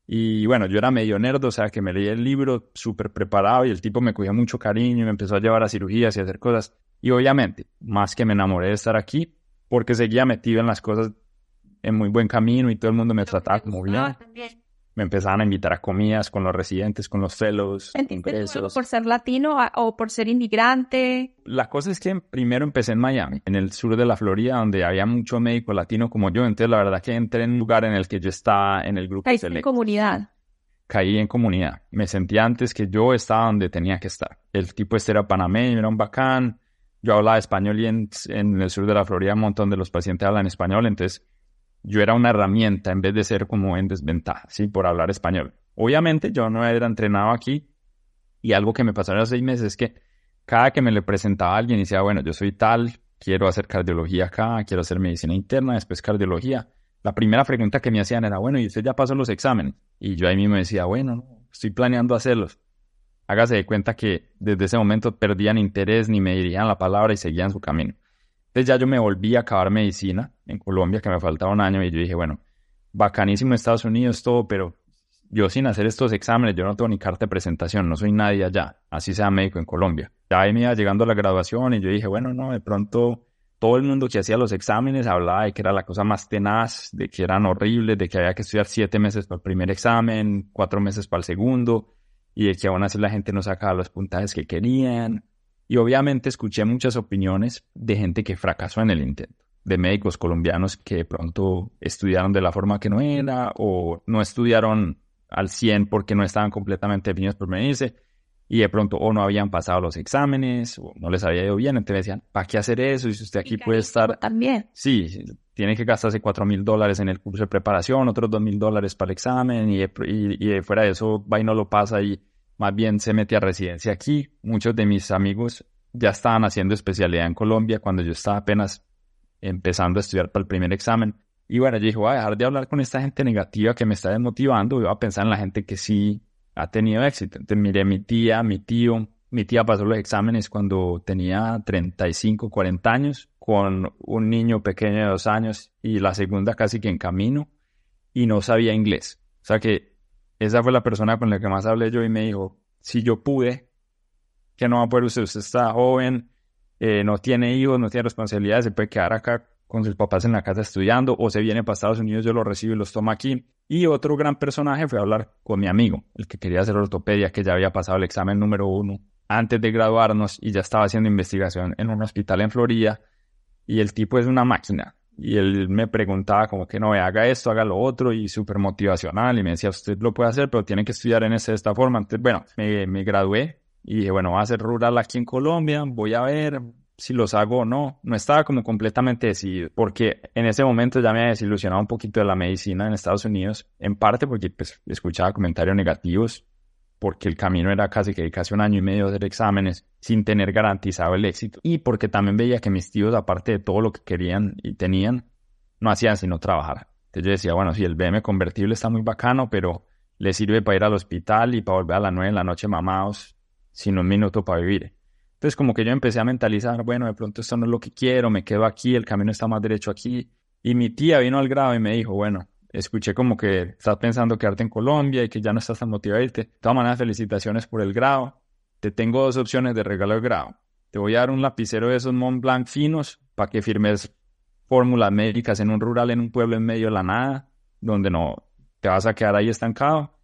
y bueno, yo era medio nerd, o sea que me leí el libro súper preparado, y el tipo me cogía mucho cariño, y me empezó a llevar a cirugías y a hacer cosas, y obviamente, más que me enamoré de estar aquí, porque seguía metido en las cosas en muy buen camino y todo el mundo me trataba como bien. Me empezaban a invitar a comidas con los residentes, con los fellows, congresos. ¿Por ser latino o por ser inmigrante? La cosa es que primero empecé en Miami, en el sur de la Florida, donde había mucho médico latino como yo. Entonces la verdad que entré en un lugar en el que yo estaba en el grupo Caíste en comunidad. Caí en comunidad. Me sentía antes que yo estaba donde tenía que estar. El tipo este era panameño, era un bacán. Yo hablaba español y en, en el sur de la Florida un montón de los pacientes hablan español, entonces yo era una herramienta en vez de ser como en desventaja, ¿sí? Por hablar español. Obviamente yo no era entrenado aquí y algo que me pasó en los seis meses es que cada que me le presentaba a alguien y decía, bueno, yo soy tal, quiero hacer cardiología acá, quiero hacer medicina interna, después cardiología. La primera pregunta que me hacían era, bueno, ¿y usted ya pasó los exámenes? Y yo ahí mismo decía, bueno, no, estoy planeando hacerlos. Hágase de cuenta que desde ese momento perdían interés, ni me dirían la palabra y seguían su camino. Entonces ya yo me volví a acabar medicina en Colombia, que me faltaba un año, y yo dije, bueno, bacanísimo Estados Unidos, todo, pero yo sin hacer estos exámenes, yo no tengo ni carta de presentación, no soy nadie allá, así sea médico en Colombia. Ya ahí me iba llegando a la graduación y yo dije, bueno, no, de pronto todo el mundo que hacía los exámenes hablaba de que era la cosa más tenaz, de que eran horribles, de que había que estudiar siete meses para el primer examen, cuatro meses para el segundo, y de que aún así la gente no sacaba los puntajes que querían. Y obviamente escuché muchas opiniones de gente que fracasó en el intento, de médicos colombianos que de pronto estudiaron de la forma que no era o no estudiaron al cien porque no estaban completamente definidos por venirse y de pronto o no habían pasado los exámenes o no les había ido bien. Entonces decían, ¿para qué hacer eso? Y si usted aquí y puede estar... También. Sí, tiene que gastarse cuatro mil dólares en el curso de preparación, otros dos mil dólares para el examen y, y, y de fuera de eso va y no lo pasa y más bien se mete a residencia aquí. Muchos de mis amigos ya estaban haciendo especialidad en Colombia cuando yo estaba apenas empezando a estudiar para el primer examen. Y bueno, yo dije, voy a dejar de hablar con esta gente negativa que me está desmotivando y voy a pensar en la gente que sí ha tenido éxito. Entonces miré a mi tía, mi tío. Mi tía pasó los exámenes cuando tenía treinta y cinco, cuarenta años, con un niño pequeño de dos años y la segunda casi que en camino y no sabía inglés. O sea que esa fue la persona con la que más hablé yo y me dijo, si yo pude, que no va a poder usted, usted está joven, eh, no tiene hijos, no tiene responsabilidades, se puede quedar acá con sus papás en la casa estudiando o se viene para Estados Unidos, yo lo recibo y los tomo aquí. Y otro gran personaje fue a hablar con mi amigo, el que quería hacer ortopedia, que ya había pasado el examen número uno antes de graduarnos y ya estaba haciendo investigación en un hospital en Florida y el tipo es una máquina. Y él me preguntaba como que no, haga esto, haga lo otro y súper motivacional y me decía, usted lo puede hacer, pero tiene que estudiar en ese, de esta forma. Entonces, bueno, me, me gradué y dije, bueno, voy a hacer rural aquí en Colombia, voy a ver si los hago o no. No estaba como completamente decidido porque en ese momento ya me había desilusionado un poquito de la medicina en Estados Unidos, en parte porque pues, escuchaba comentarios negativos, porque el camino era casi que casi un año y medio de hacer exámenes sin tener garantizado el éxito. Y porque también veía que mis tíos, aparte de todo lo que querían y tenían, no hacían sino trabajar. Entonces yo decía, bueno, sí, el B M convertible está muy bacano, pero le sirve para ir al hospital y para volver a las nueve de la noche mamados, sin un minuto para vivir. Entonces como que yo empecé a mentalizar, bueno, de pronto esto no es lo que quiero, me quedo aquí, el camino está más derecho aquí. Y mi tía vino al grado y me dijo, bueno, escuché como que estás pensando quedarte en Colombia y que ya no estás tan motivado a irte. De todas maneras, felicitaciones por el grado. Te tengo dos opciones de regalo de grado. Te voy a dar un lapicero de esos Mont Blanc finos para que firmes fórmulas médicas en un rural, en un pueblo en medio de la nada, donde no te vas a quedar ahí estancado.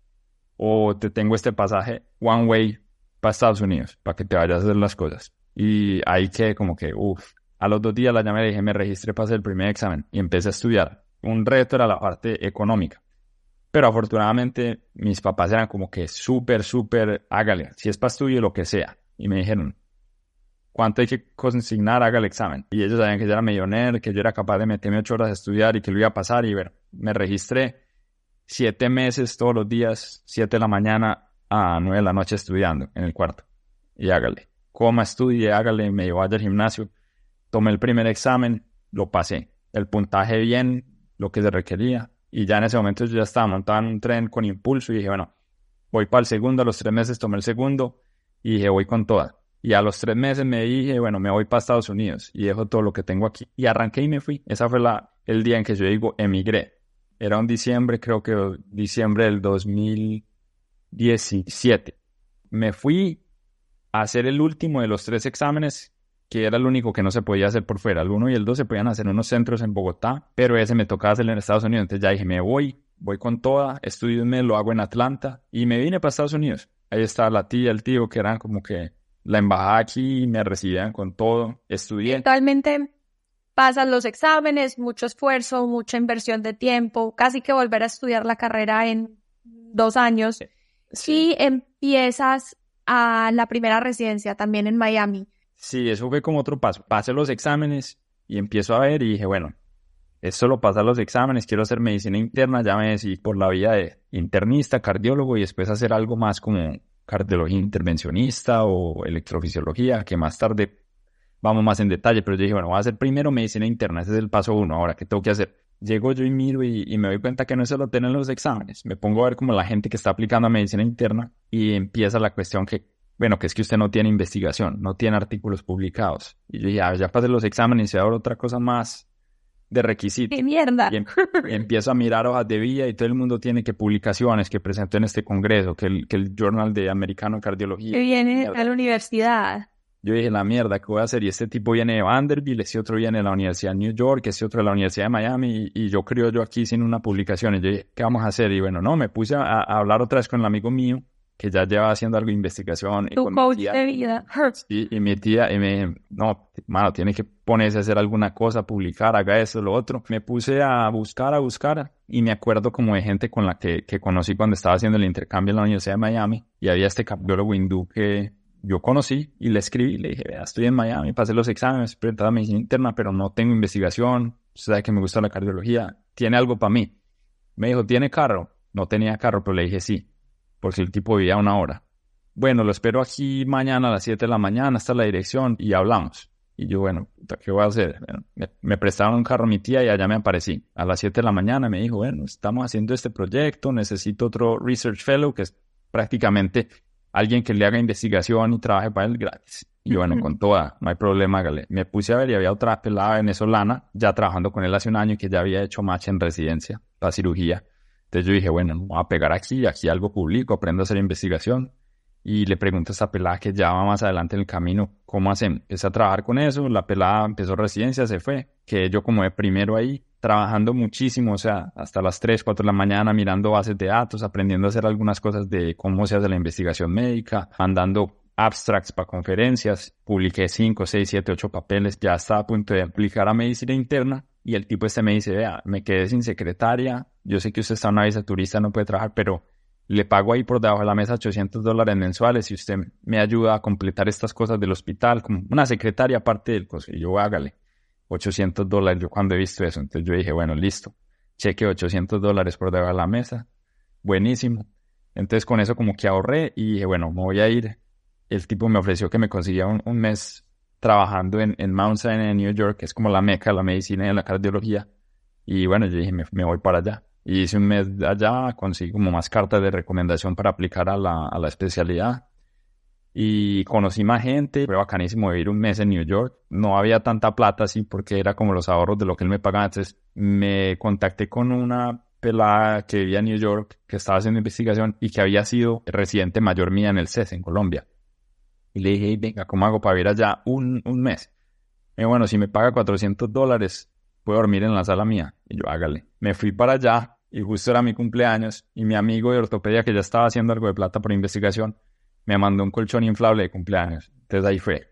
O te tengo este pasaje one way para Estados Unidos, para que te vayas a hacer las cosas. Y ahí quedé como que, uff. A los dos días la llamé y le dije, me registré para hacer el primer examen y empecé a estudiar. Un reto era la parte económica. Pero afortunadamente mis papás eran como que súper, súper, hágale. Si es para estudio, lo que sea. Y me dijeron, ¿cuánto hay que consignar? Haga el examen. Y ellos sabían que yo era millonario, que yo era capaz de meterme ocho horas a estudiar y que lo iba a pasar. Y bueno, me registré siete meses todos los días, siete de la mañana a nueve de la noche estudiando en el cuarto. Y hágale. Coma, estudie, hágale, me llevó al gimnasio. Tomé el primer examen, lo pasé. El puntaje bien, lo que se requería. Y ya en ese momento yo ya estaba montado en un tren con impulso y dije, bueno, voy para el segundo. A los tres meses tomé el segundo y dije, voy con todas. Y a los tres meses me dije, bueno, me voy para Estados Unidos y dejo todo lo que tengo aquí. Y arranqué y me fui. Ese fue la, el día en que yo digo, emigré. Era un diciembre, creo que diciembre del dos mil diecisiete. Me fui a hacer el último de los tres exámenes, que era el único que no se podía hacer por fuera. El uno y el dos se podían hacer en unos centros en Bogotá, pero ese me tocaba hacer en Estados Unidos. Entonces ya dije, me voy, voy con toda, estudio un mes, lo hago en Atlanta, y me vine para Estados Unidos. Ahí estaba la tía, el tío, que eran como que la embajada aquí, me recibían con todo, estudié. Actualmente pasan los exámenes, mucho esfuerzo, mucha inversión de tiempo, casi que volver a estudiar la carrera en dos años. Sí. Y empiezas a la primera residencia también en Miami. Sí, eso fue como otro paso. Pasé los exámenes y empiezo a ver y dije, bueno, esto lo pasar los exámenes, quiero hacer medicina interna, ya me decidí por la vía de internista, cardiólogo y después hacer algo más como cardiología intervencionista o electrofisiología, que más tarde vamos más en detalle, pero yo dije, bueno, voy a hacer primero medicina interna, ese es el paso uno, ahora, ¿qué tengo que hacer? Llego yo y miro y, y me doy cuenta que no se lo tienen los exámenes. Me pongo a ver como la gente que está aplicando a medicina interna y empieza la cuestión que, bueno, que es que usted no tiene investigación, no tiene artículos publicados. Y yo dije, ah, ya pasé los exámenes y ahora otra cosa más de requisito. ¡Qué mierda! Y, em, y empiezo a mirar hojas de vida y todo el mundo tiene que publicaciones que presentó en este congreso, que el, que el Journal de Americano de Cardiología. Que viene a la universidad. Yo dije, la mierda, ¿qué voy a hacer? Y este tipo viene de Vanderbilt, este otro viene de la Universidad de New York, este otro de la Universidad de Miami, y, y yo creo yo aquí sin una publicación. Y yo dije, ¿qué vamos a hacer? Y bueno, no, me puse a, a hablar otra vez con el amigo mío, que ya lleva haciendo algo de investigación. Tu y con coach mi tía, de vida. Sí, y mi tía, y me dije, no, mano, tiene que ponerse a hacer alguna cosa, publicar, haga esto, lo otro. Me puse a buscar, a buscar, y me acuerdo como de gente con la que, que conocí cuando estaba haciendo el intercambio en la Universidad de Miami, y había este cardiólogo hindú que yo conocí y le escribí, le dije, vea, estoy en Miami, pasé los exámenes, presenté la medicina interna, pero no tengo investigación, usted sabe que me gusta la cardiología, ¿tiene algo para mí? Me dijo, ¿tiene carro? No tenía carro, pero le dije sí, porque el tipo vivía una hora. Bueno, lo espero aquí mañana a las siete de la mañana, hasta la dirección y hablamos. Y yo, bueno, ¿qué voy a hacer? Bueno, me, me prestaron un carro a mi tía y allá me aparecí. A las siete de la mañana me dijo, bueno, estamos haciendo este proyecto, necesito otro Research Fellow, que es prácticamente alguien que le haga investigación y trabaje para él gratis. Y bueno, con toda, no hay problema, hágale. Me puse a ver y había otra pelada venezolana, ya trabajando con él hace un año, que ya había hecho match en residencia para cirugía. Entonces yo dije, bueno, me voy a pegar aquí, aquí algo publico, aprendo a hacer investigación. Y le pregunto a esta pelada que ya va más adelante en el camino, ¿cómo hacen? Empecé a trabajar con eso, la pelada empezó residencia, se fue. Quedé yo como de primero ahí, trabajando muchísimo, o sea, hasta las tres, cuatro de la mañana, mirando bases de datos, aprendiendo a hacer algunas cosas de cómo se hace la investigación médica, mandando abstracts para conferencias, publiqué cinco, seis, siete, ocho papeles, ya estaba a punto de aplicar a medicina interna, y el tipo este me dice, vea, me quedé sin secretaria, yo sé que usted está en una visa turista, no puede trabajar, pero le pago ahí por debajo de la mesa ochocientos dólares mensuales y usted me ayuda a completar estas cosas del hospital, como una secretaria aparte del costo, y yo hágale. ochocientos dólares, yo cuando he visto eso, entonces yo dije, bueno, listo, cheque ochocientos dólares por debajo de la mesa, buenísimo. Entonces con eso como que ahorré y dije, bueno, me voy a ir. El tipo me ofreció que me consiguiera un, un mes trabajando en, en Mount Sinai en New York, que es como la meca de la medicina y de la cardiología, y bueno, yo dije, me, me voy para allá. Y hice un mes allá, conseguí como más cartas de recomendación para aplicar a la, a la especialidad. y conocí más gente. Fue bacanísimo vivir un mes en New York. No había tanta plata así porque era como los ahorros de lo que él me pagaba. Entonces me contacté con una pelada que vivía en New York, que estaba haciendo investigación y que había sido residente mayor mía en el C E S en Colombia. Y le dije, hey, venga, ¿cómo hago para ir allá un, un mes? Y bueno, si me paga cuatrocientos dólares, puedo dormir en la sala mía. Y yo, hágale. Me fui para allá y justo era mi cumpleaños y mi amigo de ortopedia, que ya estaba haciendo algo de plata por investigación, me mandó un colchón inflable de cumpleaños. Entonces ahí fue.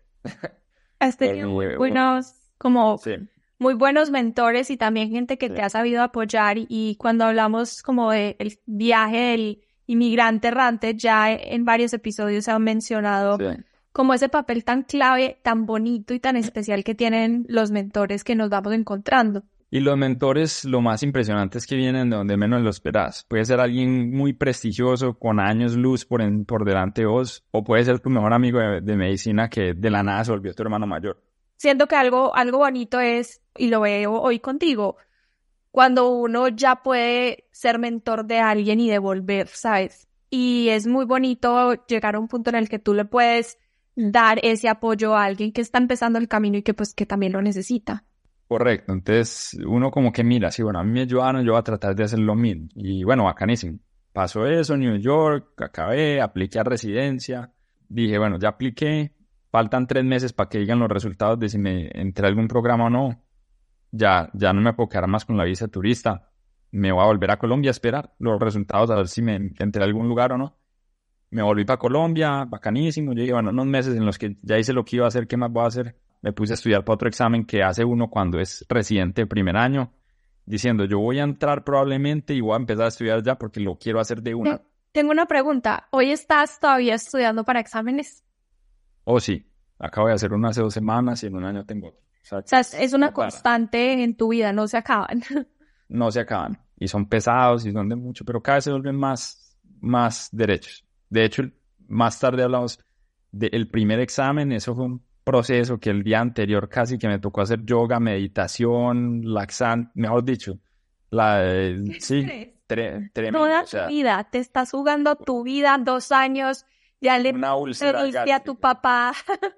Has tenido muy buenos, como sí. muy buenos mentores y también gente que sí. te ha sabido apoyar. Y, y cuando hablamos como de el viaje del inmigrante errante, ya en varios episodios se han mencionado sí. como ese papel tan clave, tan bonito y tan especial que tienen los mentores que nos vamos encontrando. Y los mentores, lo más impresionante es que vienen de donde menos lo esperas. Puede ser alguien muy prestigioso, con años luz por, en, por delante de vos, o puede ser tu mejor amigo de, de medicina que de la nada se volvió tu hermano mayor. Siento que algo, algo bonito es, y lo veo hoy contigo, cuando uno ya puede ser mentor de alguien y devolver, ¿sabes? Y es muy bonito llegar a un punto en el que tú le puedes dar ese apoyo a alguien que está empezando el camino y que pues que también lo necesita. Correcto, entonces uno como que mira, sí, bueno, a mí me ayudaron, yo voy a tratar de hacer lo mismo. Y bueno, bacanísimo. Pasó eso, New York, acabé, apliqué a residencia. Dije, bueno, ya apliqué, faltan tres meses para que digan los resultados de si me entré a algún programa o no. Ya, ya no me puedo quedar más con la visa de turista. Me voy a volver a Colombia a esperar los resultados, a ver si me entré a algún lugar o no. Me volví para Colombia, bacanísimo. Yo dije, bueno, unos meses en los que ya hice lo que iba a hacer, ¿qué más voy a hacer? Me puse a estudiar para otro examen que hace uno cuando es residente de primer año, diciendo, yo voy a entrar probablemente y voy a empezar a estudiar ya porque lo quiero hacer de una. Tengo una pregunta. ¿Hoy estás todavía estudiando para exámenes? Oh, sí. Acabo de hacer uno hace dos semanas y en un año tengo otro. O sea, o sea es una constante en tu vida, no se acaban. No se acaban. Y son pesados y son de mucho, pero cada vez se vuelven más, más derechos. De hecho, más tarde hablamos del primer examen. Eso fue un proceso que el día anterior casi que me tocó hacer yoga, meditación, laxante, mejor dicho, la eh, sí, tre, tremendo. Toda o sea, tu vida, te estás jugando tu vida, dos años, ya le diste a tu papá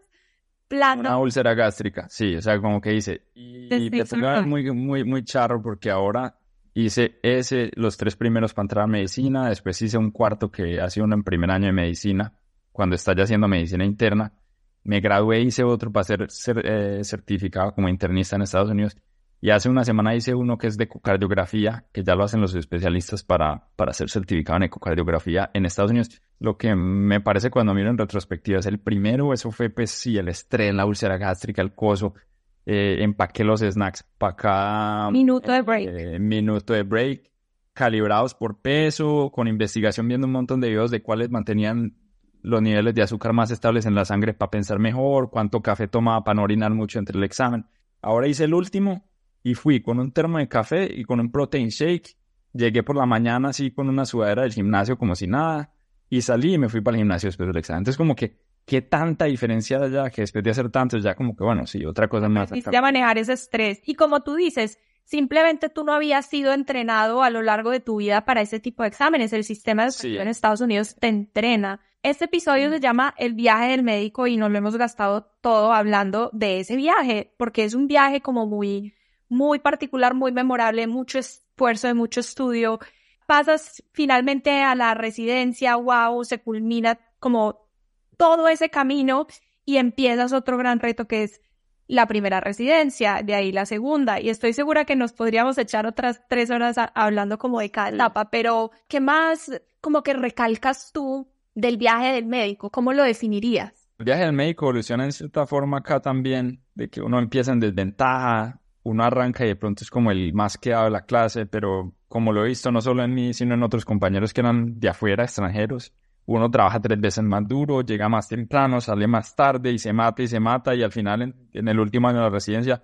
plano. Una úlcera gástrica, sí, o sea, como que hice, y, y te pongo muy, muy, muy charro porque ahora hice ese, los tres primeros para entrar a medicina, después hice un cuarto que ha sido uno en primer año de medicina, cuando estás ya haciendo medicina interna. Me gradué, hice otro para ser, ser eh, certificado como internista en Estados Unidos. Y hace una semana hice uno que es de ecocardiografía, que ya lo hacen los especialistas para, para ser certificado en ecocardiografía en Estados Unidos. Lo que me parece cuando miro en retrospectiva es el primero, eso fue pues sí, el estrés, la úlcera gástrica, el coso. Eh, empaqué los snacks para cada minuto de break. Eh, minuto de break, calibrados por peso, con investigación viendo un montón de videos de cuáles mantenían los niveles de azúcar más estables en la sangre para pensar mejor, cuánto café tomaba para no orinar mucho entre el examen. Ahora hice el último y fui con un termo de café y con un protein shake. Llegué por la mañana así con una sudadera del gimnasio como si nada y salí y me fui para el gimnasio después del examen. Entonces como que, ¿qué tanta diferencia hay ya que después de hacer tanto ya como que bueno, sí, otra cosa más. Aprendiste a manejar ese estrés y como tú dices, simplemente tú no habías sido entrenado a lo largo de tu vida para ese tipo de exámenes. El sistema de educación sí. en Estados Unidos te entrena. Este episodio se llama El viaje del médico y nos lo hemos gastado todo hablando de ese viaje, porque es un viaje como muy, muy particular, muy memorable, mucho esfuerzo, de mucho estudio. Pasas finalmente a la residencia, wow, se culmina como todo ese camino y empiezas otro gran reto que es la primera residencia, de ahí la segunda, y estoy segura que nos podríamos echar otras tres horas a, hablando como de cada etapa, pero ¿qué más como que recalcas tú del viaje del médico? ¿Cómo lo definirías? El viaje del médico evoluciona en cierta forma acá también, de que uno empieza en desventaja, uno arranca y de pronto es como el más quedado de la clase, pero como lo he visto no solo en mí, sino en otros compañeros que eran de afuera, extranjeros, uno trabaja tres veces más duro, llega más temprano, sale más tarde y se mata y se mata y al final en, en el último año de la residencia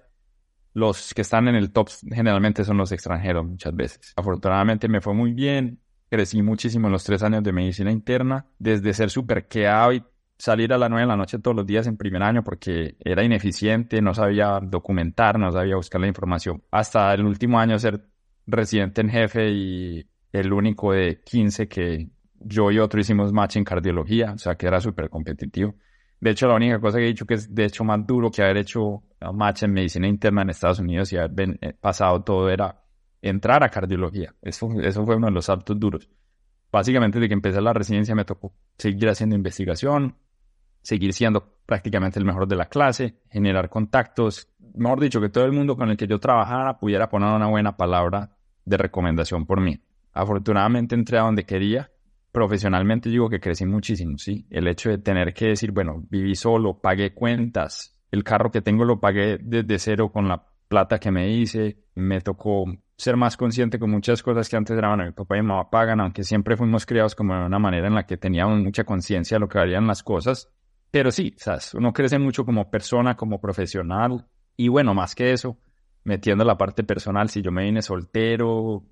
los que están en el top generalmente son los extranjeros muchas veces. Afortunadamente me fue muy bien, crecí muchísimo en los tres años de medicina interna, desde ser súper quedado y salir a las nueve de la noche todos los días en primer año porque era ineficiente, no sabía documentar, no sabía buscar la información, hasta el último año ser residente en jefe y el único de quince que yo y otro hicimos match en cardiología, o sea que era súper competitivo. De hecho, la única cosa que he dicho que es de hecho más duro que haber hecho match en medicina interna en Estados Unidos y haber ven, eh, pasado todo era entrar a cardiología. Eso, eso fue uno de los saltos duros. Básicamente, desde que empecé la residencia me tocó seguir haciendo investigación, seguir siendo prácticamente el mejor de la clase, generar contactos, mejor dicho, que todo el mundo con el que yo trabajara pudiera poner una buena palabra de recomendación por mí. Afortunadamente entré a donde quería. Profesionalmente digo que crecí muchísimo, ¿sí? El hecho de tener que decir, bueno, viví solo, pagué cuentas, el carro que tengo lo pagué desde cero con la plata que me hice, me tocó ser más consciente con muchas cosas que antes eran, bueno, mi papá y mi mamá pagan, aunque siempre fuimos criados como de una manera en la que teníamos mucha conciencia de lo que valían las cosas. Pero sí, ¿sabes? Uno crece mucho como persona, como profesional, y bueno, más que eso, metiendo la parte personal, si yo me vine soltero,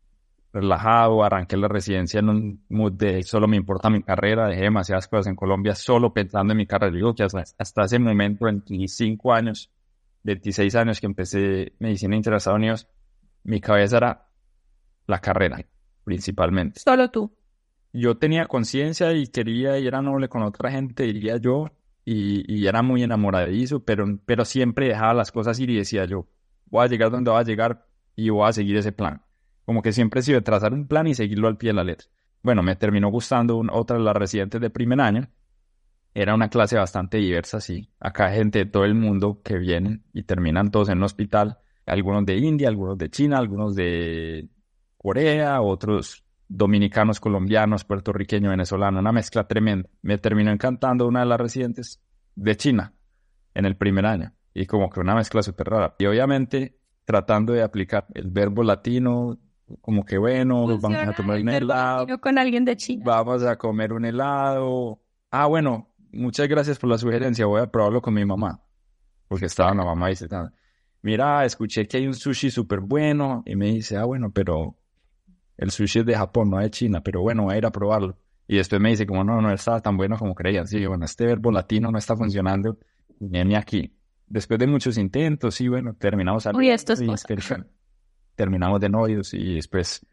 relajado, arranqué la residencia en un mood de solo me importa mi carrera, dejé demasiadas cosas en Colombia solo pensando en mi carrera. Digo que hasta, hasta ese momento, veinticinco años, veintiséis años que empecé medicina interna en Estados Unidos, mi cabeza era la carrera, principalmente. Solo tú. Yo tenía conciencia y quería y era noble con otra gente, diría yo, y, y era muy enamoradizo, pero, pero siempre dejaba las cosas ir y decía yo, voy a llegar donde voy a llegar y voy a seguir ese plan. Como que siempre he sido de trazar un plan y seguirlo al pie de la letra. Bueno, me terminó gustando un, otra de las residentes de primer año. Era una clase bastante diversa, sí. Acá hay gente de todo el mundo que vienen y terminan todos en un hospital. Algunos de India, algunos de China, algunos de Corea, otros dominicanos, colombianos, puertorriqueños, venezolanos. Una mezcla tremenda. Me terminó encantando una de las residentes de China en el primer año. Y como que una mezcla súper rara. Y obviamente tratando de aplicar el verbo latino, como que bueno, Funciona vamos a tomar un helado. Con alguien de China. Vamos a comer un helado. Ah, bueno. Muchas gracias por la sugerencia, voy a probarlo con mi mamá, porque estaba la mamá y dice, mira, escuché que hay un sushi súper bueno, y me dice, ah, bueno, pero el sushi es de Japón, no de China, pero bueno, voy a ir a probarlo. Y después me dice, como no, no estaba tan bueno como creían, sí, bueno, este verbo latino no está funcionando, viene aquí. Después de muchos intentos, sí, bueno, terminamos saliendo. Uy, esto es y después, terminamos de novios y después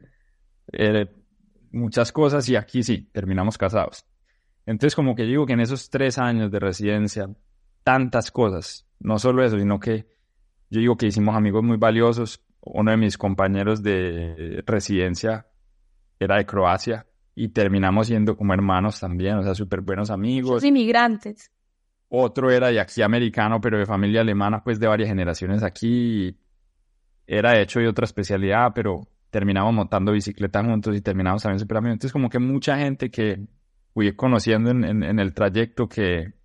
eh, muchas cosas y aquí sí, terminamos casados. Entonces, como que digo que en esos tres años de residencia, tantas cosas, no solo eso, sino que yo digo que hicimos amigos muy valiosos. Uno de mis compañeros de residencia era de Croacia y terminamos siendo como hermanos también, o sea, súper buenos amigos. Los inmigrantes. Otro era de aquí americano, pero de familia alemana, pues de varias generaciones aquí. Era de hecho de otra especialidad, pero terminamos montando bicicleta juntos y terminamos también súper amigos. Entonces, como que mucha gente que fui conociendo en, en, en el trayecto que,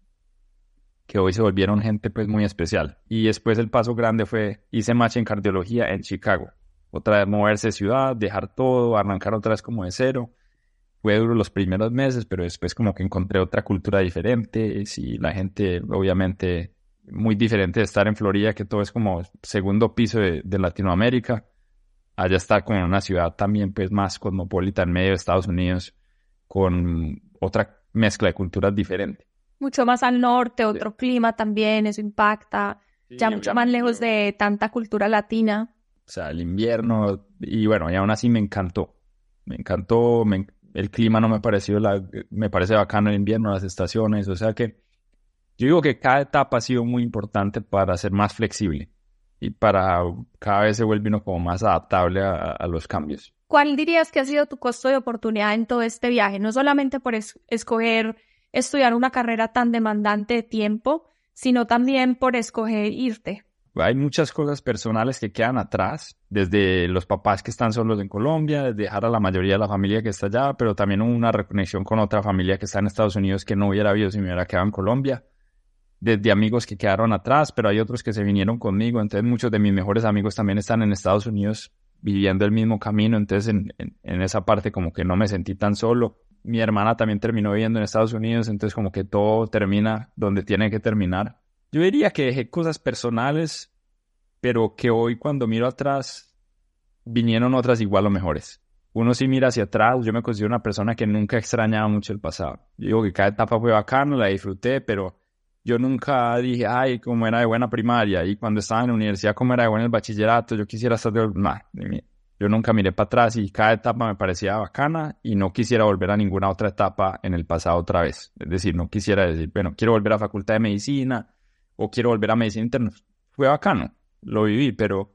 que hoy se volvieron gente pues muy especial. Y después el paso grande fue, hice match en cardiología en Chicago. Otra vez moverse de ciudad, dejar todo, arrancar otra vez como de cero. Fue duro los primeros meses, pero después como que encontré otra cultura diferente. Y la gente, obviamente, muy diferente de estar en Florida, que todo es como segundo piso de, de Latinoamérica. Allá está como en una ciudad también pues más cosmopolita en medio de Estados Unidos, con otra mezcla de culturas diferente. Mucho más al norte, otro sí. Clima también, eso impacta, sí, ya mucho más lejos de tanta cultura latina. O sea, el invierno, y bueno, y aún así me encantó, me encantó, me, el clima no me pareció, la, me parece bacano el invierno, las estaciones, o sea que yo digo que cada etapa ha sido muy importante para ser más flexible y para cada vez se vuelve uno como más adaptable a, a los cambios. ¿Cuál dirías que ha sido tu costo de oportunidad en todo este viaje? No solamente por es- escoger estudiar una carrera tan demandante de tiempo, sino también por escoger irte. Hay muchas cosas personales que quedan atrás, desde los papás que están solos en Colombia, desde dejar a la mayoría de la familia que está allá, pero también una reconexión con otra familia que está en Estados Unidos que no hubiera habido si me hubiera quedado en Colombia. Desde amigos que quedaron atrás, pero hay otros que se vinieron conmigo, entonces muchos de mis mejores amigos también están en Estados Unidos viviendo el mismo camino, entonces en, en, en esa parte como que no me sentí tan solo. Mi hermana también terminó viviendo en Estados Unidos, entonces como que todo termina donde tiene que terminar. Yo diría que dejé cosas personales, pero que hoy cuando miro atrás, vinieron otras igual o mejores. Uno sí mira hacia atrás, yo me considero una persona que nunca extrañaba mucho el pasado. Yo digo que cada etapa fue bacana, la disfruté, pero yo nunca dije, ay, cómo era de buena primaria, y cuando estaba en la universidad, cómo era de buena el bachillerato, yo quisiera estar de... Nah, Yo nunca miré para atrás y cada etapa me parecía bacana y no quisiera volver a ninguna otra etapa en el pasado otra vez. Es decir, no quisiera decir, bueno, quiero volver a Facultad de Medicina o quiero volver a Medicina Interna. Fue bacano, lo viví, pero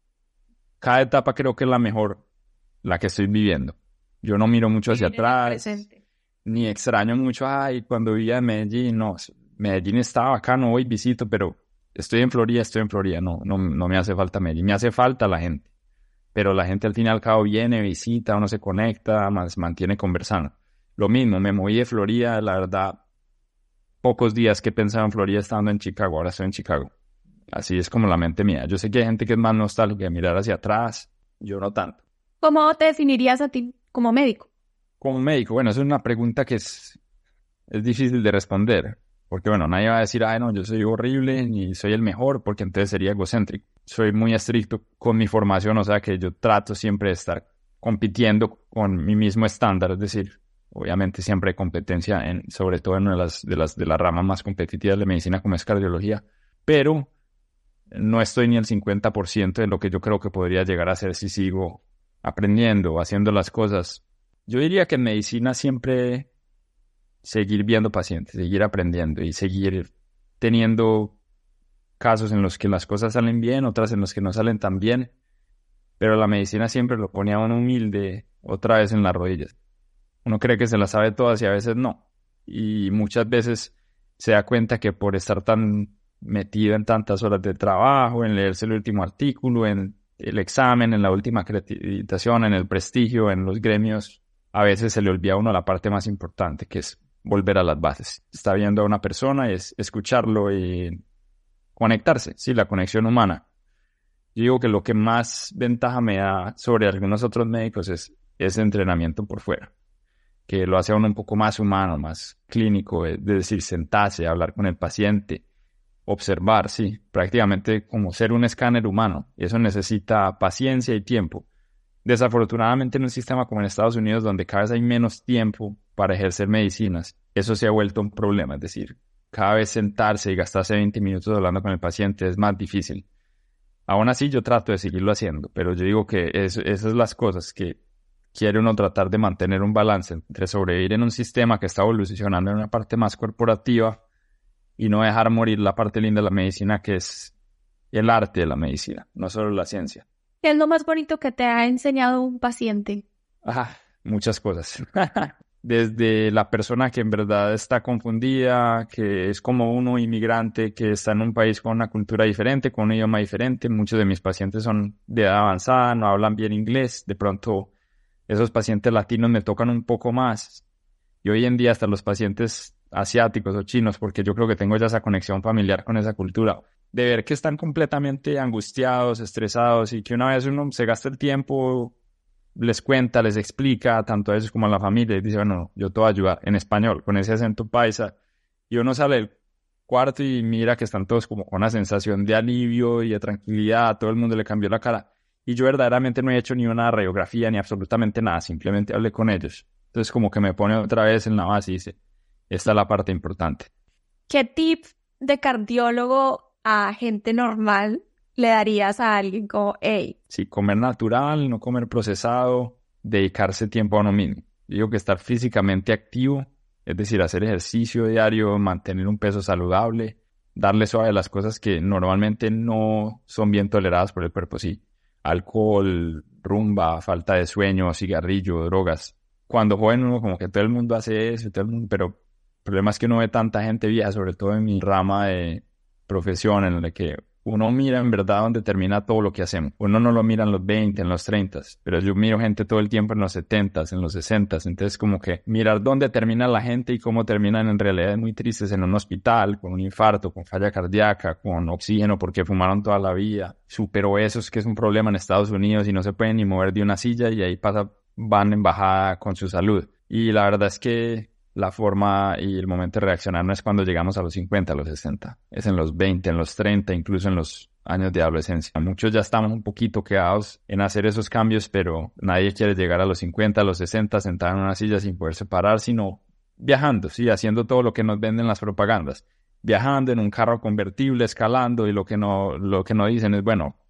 cada etapa creo que es la mejor, la que estoy viviendo. Yo no miro mucho hacia atrás, ni extraño mucho, ay, cuando vivía en Medellín, no, Medellín estaba bacano, hoy visito, pero estoy en Florida, estoy en Florida, no, no, no me hace falta Medellín, me hace falta la gente. Pero la gente al fin y al cabo viene, visita, uno se conecta, más mantiene conversando. Lo mismo, me moví de Florida, la verdad, pocos días que pensaba en Florida estando en Chicago, ahora estoy en Chicago. Así es como la mente mía. Yo sé que hay gente que es más nostálgica de mirar hacia atrás, yo no tanto. ¿Cómo te definirías a ti como médico? Como médico, bueno, esa es una pregunta que es, es difícil de responder. Porque bueno, nadie va a decir, ay no, yo soy horrible, ni soy el mejor, porque entonces sería egocéntrico. Soy muy estricto con mi formación, o sea que yo trato siempre de estar compitiendo con mi mismo estándar, es decir, obviamente siempre hay competencia, en, sobre todo en una de las, de las de las ramas más competitivas de medicina como es cardiología, pero no estoy ni al cincuenta por ciento de lo que yo creo que podría llegar a ser si sigo aprendiendo, haciendo las cosas. Yo diría que en medicina siempre seguir viendo pacientes, seguir aprendiendo y seguir teniendo casos en los que las cosas salen bien, otras en los que no salen tan bien, pero la medicina siempre lo pone a uno humilde otra vez en las rodillas. Uno cree que se la sabe todas y a veces no, y muchas veces se da cuenta que por estar tan metido en tantas horas de trabajo, en leerse el último artículo, en el examen, en la última acreditación, en el prestigio, en los gremios, a veces se le olvida a uno la parte más importante, que es volver a las bases. Está viendo a una persona y es escucharlo y conectarse, sí, la conexión humana. Yo digo que lo que más ventaja me da sobre algunos otros médicos es ese entrenamiento por fuera, que lo hace a uno un poco más humano, más clínico, es decir, sentarse, hablar con el paciente, observar, sí, prácticamente como ser un escáner humano. Y eso necesita paciencia y tiempo. Desafortunadamente en un sistema como en Estados Unidos, donde cada vez hay menos tiempo para ejercer medicinas, eso se ha vuelto un problema. Es decir, cada vez sentarse y gastarse veinte minutos hablando con el paciente es más difícil. Aún así yo trato de seguirlo haciendo, pero yo digo que es, esas son las cosas que quiere uno tratar de mantener un balance entre sobrevivir en un sistema que está evolucionando en una parte más corporativa y no dejar morir la parte linda de la medicina, que es el arte de la medicina, no solo la ciencia. ¿Qué es lo más bonito que te ha enseñado un paciente? Ah, muchas cosas. Desde la persona que en verdad está confundida, que es como uno inmigrante, que está en un país con una cultura diferente, con un idioma diferente. Muchos de mis pacientes son de edad avanzada, no hablan bien inglés. De pronto, esos pacientes latinos me tocan un poco más. Y hoy en día hasta los pacientes asiáticos o chinos, porque yo creo que tengo ya esa conexión familiar con esa cultura, de ver que están completamente angustiados, estresados, y que una vez uno se gasta el tiempo, les cuenta, les explica, tanto a ellos como a la familia, y dice, bueno, yo te voy a ayudar, en español, con ese acento paisa, y uno sale del cuarto y mira que están todos como con una sensación de alivio y de tranquilidad, a todo el mundo le cambió la cara, y yo verdaderamente no he hecho ni una radiografía ni absolutamente nada, simplemente hablé con ellos. Entonces como que me pone otra vez en la base y dice, esta es la parte importante. ¿Qué tip de cardiólogo a gente normal le darías a alguien como, hey? Sí, comer natural, no comer procesado, dedicarse tiempo a uno mismo. Digo que estar físicamente activo, es decir, hacer ejercicio diario, mantener un peso saludable, darle suave a las cosas que normalmente no son bien toleradas por el cuerpo, sí. Alcohol, rumba, falta de sueño, cigarrillo, drogas. Cuando joven uno como que todo el mundo hace eso, todo el mundo, pero el problema es que uno ve tanta gente vieja, sobre todo en mi rama de profesión, en la que uno mira en verdad dónde termina todo lo que hacemos. Uno no lo mira en los veinte, en los treinta, pero yo miro gente todo el tiempo en los setenta, en los sesenta, entonces como que mirar dónde termina la gente y cómo terminan en realidad muy tristes en un hospital, con un infarto, con falla cardíaca, con oxígeno porque fumaron toda la vida, súper obesos, que es un problema en Estados Unidos y no se pueden ni mover de una silla y ahí pasa, van en bajada con su salud. Y la verdad es que la forma y el momento de reaccionar no es cuando llegamos a los cincuenta, a los sesenta. Es en los veinte, en los treinta, incluso en los años de adolescencia. Muchos ya estamos un poquito quedados en hacer esos cambios, pero nadie quiere llegar a los cincuenta, a los sesenta, sentado en una silla sin poderse parar, sino viajando, sí, haciendo todo lo que nos venden las propagandas. Viajando en un carro convertible, escalando, y lo que no, lo que no dicen es, bueno,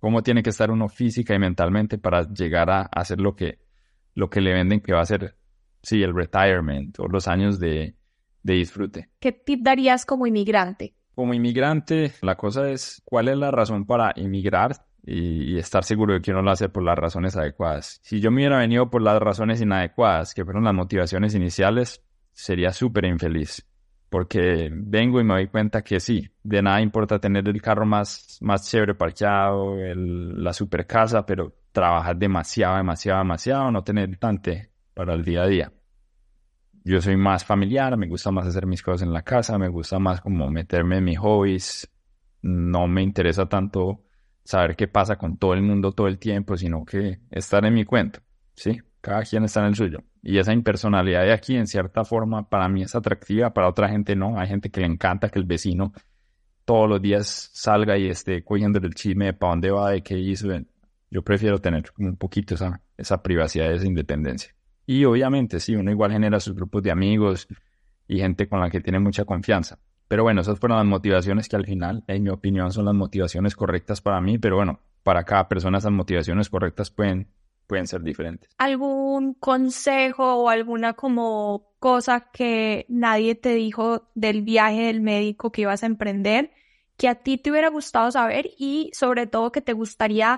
cómo tiene que estar uno física y mentalmente para llegar a hacer lo que, lo que le venden que va a ser, sí, el retirement o los años de, de disfrute. ¿Qué tip darías como inmigrante? Como inmigrante, la cosa es cuál es la razón para emigrar y, y estar seguro de que uno lo hace por las razones adecuadas. Si yo me hubiera venido por las razones inadecuadas, que fueron las motivaciones iniciales, sería súper infeliz. Porque vengo y me doy cuenta que sí, de nada importa tener el carro más, más chévere parqueado, el, la super casa, pero trabajar demasiado, demasiado, demasiado, no tener tante para el día a día. Yo soy más familiar, me gusta más hacer mis cosas en la casa, me gusta más como meterme en mis hobbies. No me interesa tanto saber qué pasa con todo el mundo todo el tiempo, sino que estar en mi cuento, ¿sí? Cada quien está en el suyo. Y esa impersonalidad de aquí, en cierta forma, para mí es atractiva, para otra gente no. Hay gente que le encanta que el vecino todos los días salga y esté cogiendo el chisme de para dónde va, de qué hizo. Yo prefiero tener un poquito esa, esa privacidad, esa independencia. Y obviamente, sí, uno igual genera sus grupos de amigos y gente con la que tiene mucha confianza. Pero bueno, esas fueron las motivaciones que al final, en mi opinión, son las motivaciones correctas para mí. Pero bueno, para cada persona esas motivaciones correctas pueden... pueden ser diferentes. ¿Algún consejo o alguna como cosa que nadie te dijo del viaje del médico que ibas a emprender que a ti te hubiera gustado saber y sobre todo que te gustaría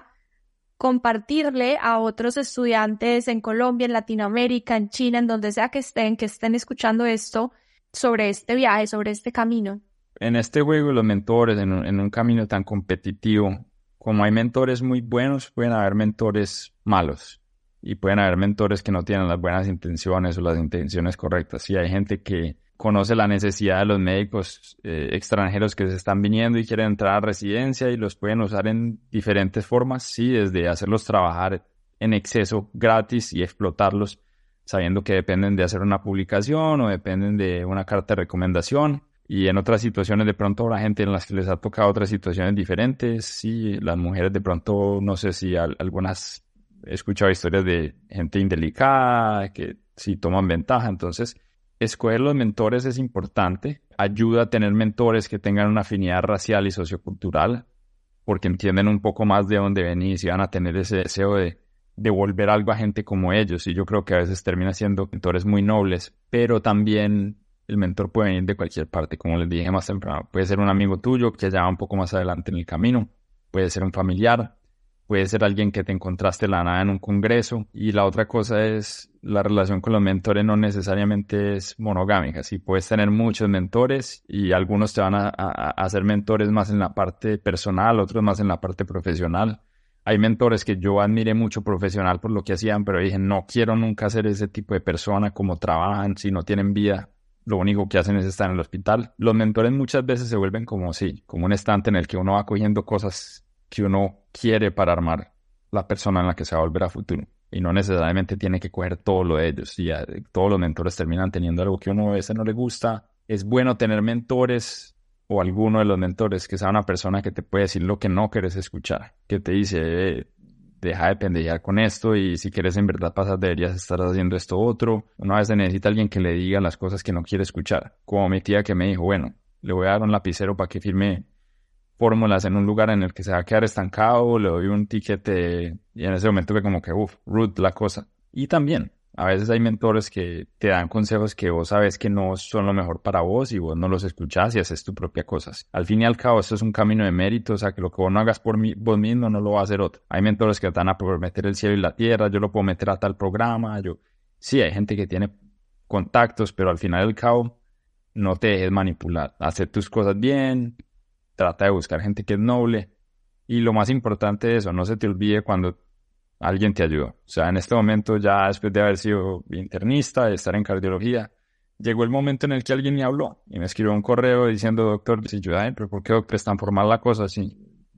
compartirle a otros estudiantes en Colombia, en Latinoamérica, en China, en donde sea que estén, que estén escuchando esto sobre este viaje, sobre este camino? En este juego, los mentores, en un, en un camino tan competitivo, como hay mentores muy buenos, pueden haber mentores malos. Y pueden haber mentores que no tienen las buenas intenciones o las intenciones correctas. Y hay gente que conoce la necesidad de los médicos eh, extranjeros que se están viniendo y quieren entrar a residencia y los pueden usar en diferentes formas. Sí, desde hacerlos trabajar en exceso gratis y explotarlos sabiendo que dependen de hacer una publicación o dependen de una carta de recomendación. Y en otras situaciones de pronto habrá gente en las que les ha tocado otras situaciones diferentes. Sí, las mujeres de pronto, no sé si al, algunas he escuchado historias de gente indelicada que sí toman ventaja. Entonces, escoger los mentores es importante. Ayuda a tener mentores que tengan una afinidad racial y sociocultural porque entienden un poco más de dónde venís y van a tener ese deseo de devolver algo a gente como ellos. Y yo creo que a veces termina siendo mentores muy nobles, pero también el mentor puede venir de cualquier parte, como les dije más temprano. Puede ser un amigo tuyo que ya va un poco más adelante en el camino. Puede ser un familiar. Puede ser alguien que te encontraste de la nada en un congreso. Y la otra cosa es, la relación con los mentores no necesariamente es monogámica. Sí, puedes tener muchos mentores y algunos te van a, a, a ser mentores más en la parte personal, otros más en la parte profesional. Hay mentores que yo admiré mucho profesional por lo que hacían, pero dije, no quiero nunca ser ese tipo de persona, como trabajan, si no tienen vida. Lo único que hacen es estar en el hospital. Los mentores muchas veces se vuelven como, sí, como un estante en el que uno va cogiendo cosas que uno quiere para armar la persona en la que se va a volver a futuro. Y no necesariamente tiene que coger todo lo de ellos. Y a, todos los mentores terminan teniendo algo que a uno a veces no le gusta. Es bueno tener mentores o alguno de los mentores que sea una persona que te puede decir lo que no quieres escuchar. Que te dice, eh, deja de pendejear con esto y si quieres en verdad pasar deberías estar haciendo esto otro. Una vez se necesita alguien que le diga las cosas que no quiere escuchar. Como mi tía que me dijo, bueno, le voy a dar un lapicero para que firme fórmulas en un lugar en el que se va a quedar estancado, le doy un ticket de... y en ese momento que como que, uff, rude la cosa. Y también, a veces hay mentores que te dan consejos que vos sabes que no son lo mejor para vos y vos no los escuchás y haces tu propia cosa. Al fin y al cabo, esto es un camino de mérito, o sea, que lo que vos no hagas por mí, vos mismo no lo va a hacer otro. Hay mentores que te van a prometer el cielo y la tierra, yo lo puedo meter a tal programa, yo... Sí, hay gente que tiene contactos, pero al final y al cabo, no te dejes manipular. Haz tus cosas bien, trata de buscar gente que es noble. Y lo más importante es eso, no se te olvide cuando alguien te ayudó. O sea, en este momento, ya después de haber sido internista, de estar en cardiología, llegó el momento en el que alguien me habló y me escribió un correo diciendo, doctor, si yo, ay, pero ¿por qué, doctor, es tan formal la cosa así?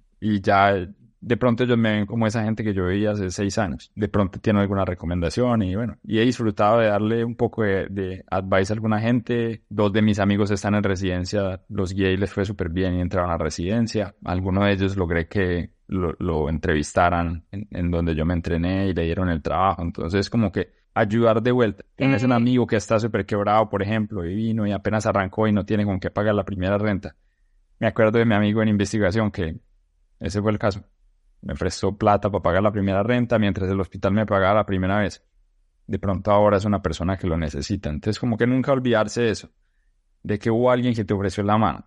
Y ya de pronto ellos me ven como esa gente que yo veía hace seis años. De pronto tienen alguna recomendación y bueno, y he disfrutado de darle un poco de, de advice a alguna gente. Dos de mis amigos están en residencia, los guié y les fue súper bien y entraron a residencia. Algunos de ellos logré que lo, lo entrevistaran en, en donde yo me entrené y le dieron el trabajo. Entonces como que ayudar de vuelta. Tienes un amigo que está súper quebrado, por ejemplo, y vino y apenas arrancó y no tiene con qué pagar la primera renta. Me acuerdo de mi amigo en investigación que ese fue el caso. me prestó plata para pagar la primera renta mientras el hospital me pagaba la primera vez. De pronto ahora es una persona que lo necesita. Entonces como que nunca olvidarse de eso, de que hubo alguien que te ofreció la mano.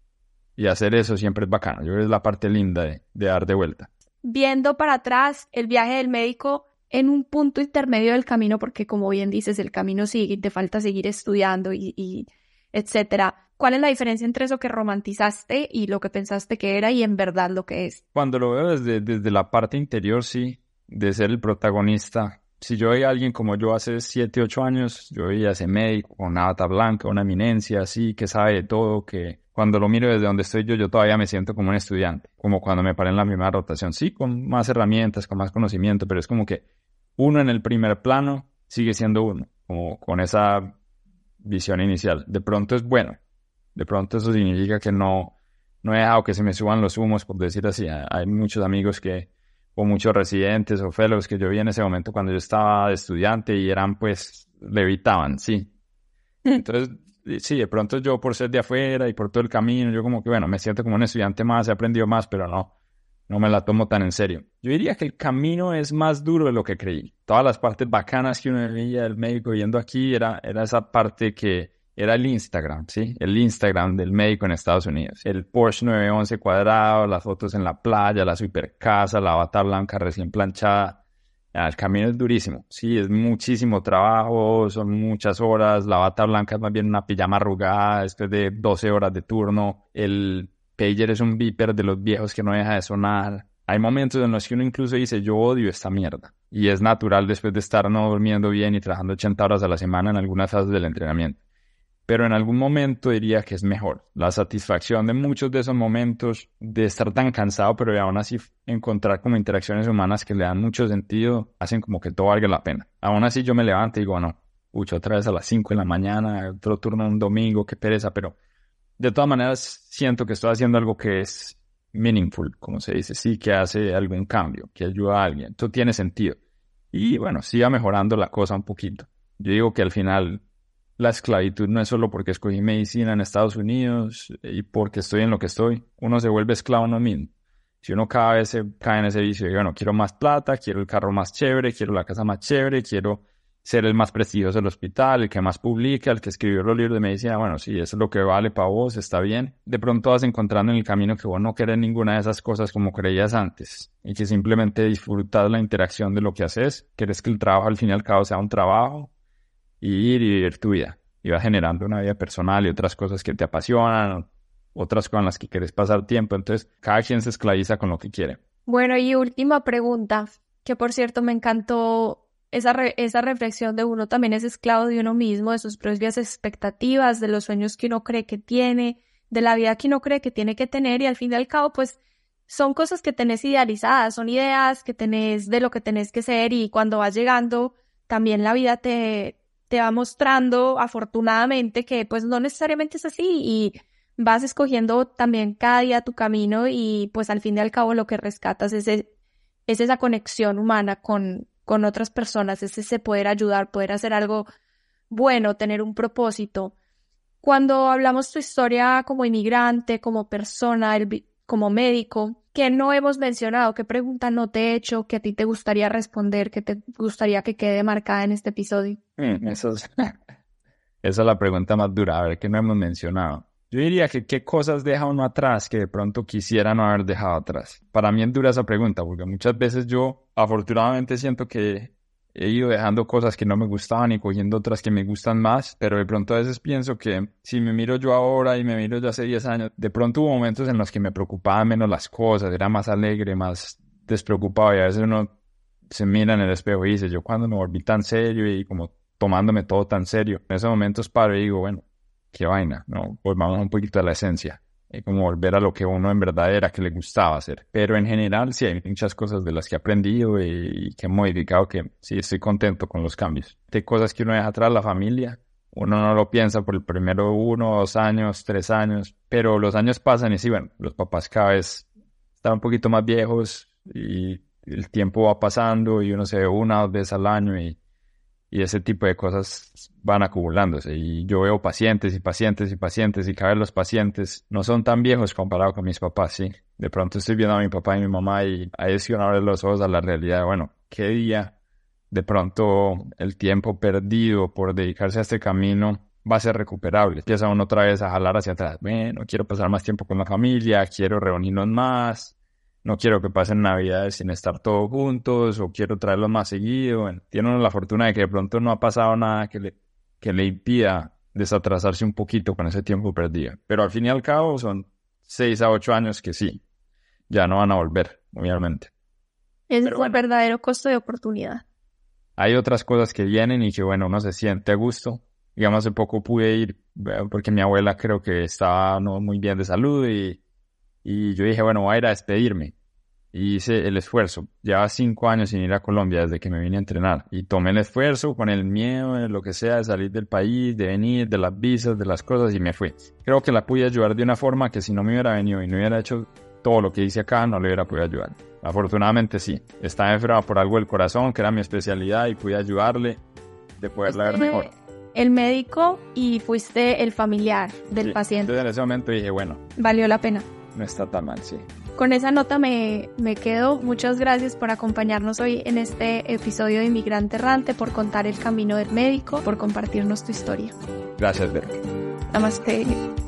Y hacer eso siempre es bacano. Yo creo que es la parte linda de, de dar de vuelta. Viendo para atrás el viaje del médico en un punto intermedio del camino, porque como bien dices, el camino sigue y te falta seguir estudiando y, y etcétera. ¿Cuál es la diferencia entre eso que romantizaste y lo que pensaste que era y en verdad lo que es? Cuando lo veo desde, desde la parte interior, sí, de ser el protagonista. Si yo veía a alguien como yo hace siete, ocho años, yo veía a ese médico con una bata blanca, una eminencia así, que sabe de todo, que cuando lo miro desde donde estoy yo, yo todavía me siento como un estudiante, como cuando me paré en la primera rotación. Sí, con más herramientas, con más conocimiento, pero es como que uno en el primer plano sigue siendo uno, como con esa visión inicial. De pronto es bueno, de pronto eso significa que no, no he dejado que se me suban los humos, por decir así. Hay muchos amigos que, o muchos residentes o fellows que yo vi en ese momento cuando yo estaba de estudiante y eran pues, levitaban, sí. Entonces, sí, de pronto yo por ser de afuera y por todo el camino, yo como que bueno, me siento como un estudiante más, he aprendido más, pero no, no me la tomo tan en serio. Yo diría que el camino es más duro de lo que creí. Todas las partes bacanas que uno veía del médico viendo aquí era, era esa parte que era el Instagram, ¿sí? El Instagram del médico en Estados Unidos. El Porsche nueve once cuadrado, las fotos en la playa, la super casa, la bata blanca recién planchada. El camino es durísimo, sí, es muchísimo trabajo, son muchas horas, la bata blanca es más bien una pijama arrugada después de doce horas de turno, el pager es un beeper de los viejos que no deja de sonar. Hay momentos en los que uno incluso dice, yo odio esta mierda, y es natural después de estar no durmiendo bien y trabajando ochenta horas a la semana en algunas fases del entrenamiento. Pero en algún momento diría que es mejor. La satisfacción de muchos de esos momentos, de estar tan cansado, pero de aún así encontrar como interacciones humanas que le dan mucho sentido, hacen como que todo valga la pena. Aún así yo me levanto y digo, no, pucha, otra vez a las cinco de la mañana, otro turno un domingo, qué pereza, pero de todas maneras siento que estoy haciendo algo que es meaningful, como se dice, sí, que hace algún cambio, que ayuda a alguien. Esto tiene sentido. Y bueno, siga mejorando la cosa un poquito. Yo digo que al final la esclavitud no es solo porque escogí medicina en Estados Unidos y porque estoy en lo que estoy. Uno se vuelve esclavo uno mismo. Si uno cada vez se cae en ese vicio de, bueno, quiero más plata, quiero el carro más chévere, quiero la casa más chévere, quiero ser el más prestigioso del hospital, el que más publica, el que escribió los libros de medicina. Bueno, sí, eso es lo que vale para vos, está bien. De pronto vas encontrando en el camino que vos no querés ninguna de esas cosas como creías antes y que simplemente disfrutas la interacción de lo que haces. Querés que el trabajo al fin y al cabo sea un trabajo y ir y vivir tu vida. Y vas generando una vida personal y otras cosas que te apasionan, otras con las que quieres pasar tiempo. Entonces, cada quien se esclaviza con lo que quiere. Bueno, y última pregunta, que por cierto me encantó esa, re- esa reflexión de uno también es esclavo de uno mismo, de sus propias expectativas, de los sueños que uno cree que tiene, de la vida que uno cree que tiene que tener, y al fin y al cabo, pues, son cosas que tenés idealizadas, son ideas que tenés de lo que tenés que ser, y cuando vas llegando, también la vida te... te va mostrando afortunadamente que pues no necesariamente es así y vas escogiendo también cada día tu camino y pues al fin y al cabo lo que rescatas es, es esa conexión humana con, con otras personas, es ese poder ayudar, poder hacer algo bueno, tener un propósito. Cuando hablamos tu historia como inmigrante, como persona, el, como médico, ¿qué no hemos mencionado? ¿Qué pregunta no te he hecho que a ti te gustaría responder, que te gustaría que quede marcada en este episodio? Mm, eso es, esa es la pregunta más dura, a ver, ¿qué no hemos mencionado? Yo diría que qué cosas deja uno atrás que de pronto quisiera no haber dejado atrás. Para mí es dura esa pregunta, porque muchas veces yo afortunadamente siento que he ido dejando cosas que no me gustaban y cogiendo otras que me gustan más, pero de pronto a veces pienso que si me miro yo ahora y me miro yo hace diez años, de pronto hubo momentos en los que me preocupaban menos las cosas, era más alegre, más despreocupado y a veces uno se mira en el espejo y dice, yo cuando me volví tan serio y como tomándome todo tan serio, en esos momentos paro y digo, bueno, qué vaina, ¿no? Volvamos un poquito a la esencia. Y como volver a lo que uno en verdad era, que le gustaba hacer. Pero en general sí hay muchas cosas de las que he aprendido y, y que he modificado que sí estoy contento con los cambios. Hay cosas que uno deja atrás, la familia. Uno no lo piensa por el primero uno, dos años, tres años. Pero los años pasan y sí, bueno, los papás cada vez están un poquito más viejos y el tiempo va pasando y uno se ve una o dos veces al año y y ese tipo de cosas van acumulándose. Y yo veo pacientes y pacientes y pacientes y cada vez los pacientes no son tan viejos comparado con mis papás, ¿sí? De pronto estoy viendo a mi papá y mi mamá y ahí es que uno abre los ojos a la realidad de, bueno, ¿qué día de pronto el tiempo perdido por dedicarse a este camino va a ser recuperable? Empieza uno otra vez a jalar hacia atrás. Bueno, quiero pasar más tiempo con la familia, quiero reunirnos más, no quiero que pasen navidades sin estar todos juntos, o quiero traerlos más seguido. Bueno, tiene uno la fortuna de que de pronto no ha pasado nada que le, que le impida desatrasarse un poquito con ese tiempo perdido. Pero al fin y al cabo son seis a ocho años que sí, ya no van a volver, obviamente. Es Pero un bueno, verdadero costo de oportunidad. hay otras cosas que vienen y que, bueno, uno se siente a gusto. Digamos, hace poco pude ir eh, porque mi abuela creo que estaba no muy bien de salud y, y yo dije, bueno, voy a ir a despedirme. Y hice el esfuerzo. Llevaba cinco años sin ir a Colombia desde que me vine a entrenar. Y tomé el esfuerzo con el miedo de lo que sea, de salir del país, de venir, de las visas, de las cosas, y me fui. Creo que la pude ayudar de una forma que si no me hubiera venido y no hubiera hecho todo lo que hice acá, no le hubiera podido ayudar. Afortunadamente sí. Estaba enferma por algo del corazón, que era mi especialidad, y pude ayudarle de poderla ver mejor. El médico y fuiste el familiar del Sí. paciente. Entonces en ese momento dije, bueno, Valió la pena. no está tan mal, sí. Con esa nota me, me quedo. Muchas gracias por acompañarnos hoy en este episodio de Inmigrante Errante, por contar el camino del médico, por compartirnos tu historia. Gracias, Vero. Namaste.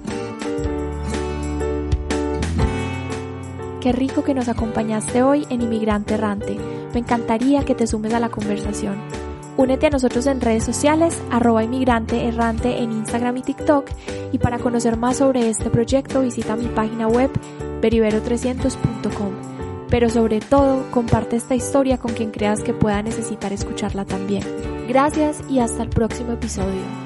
Qué rico que nos acompañaste hoy en Inmigrante Errante. Me encantaría que te sumes a la conversación. Únete a nosotros en redes sociales, arroba Inmigrante Errante en Instagram y TikTok, y para conocer más sobre este proyecto visita mi página web verivero trescientos punto com. Pero sobre todo, comparte esta historia con quien creas que pueda necesitar escucharla también. Gracias y hasta el próximo episodio.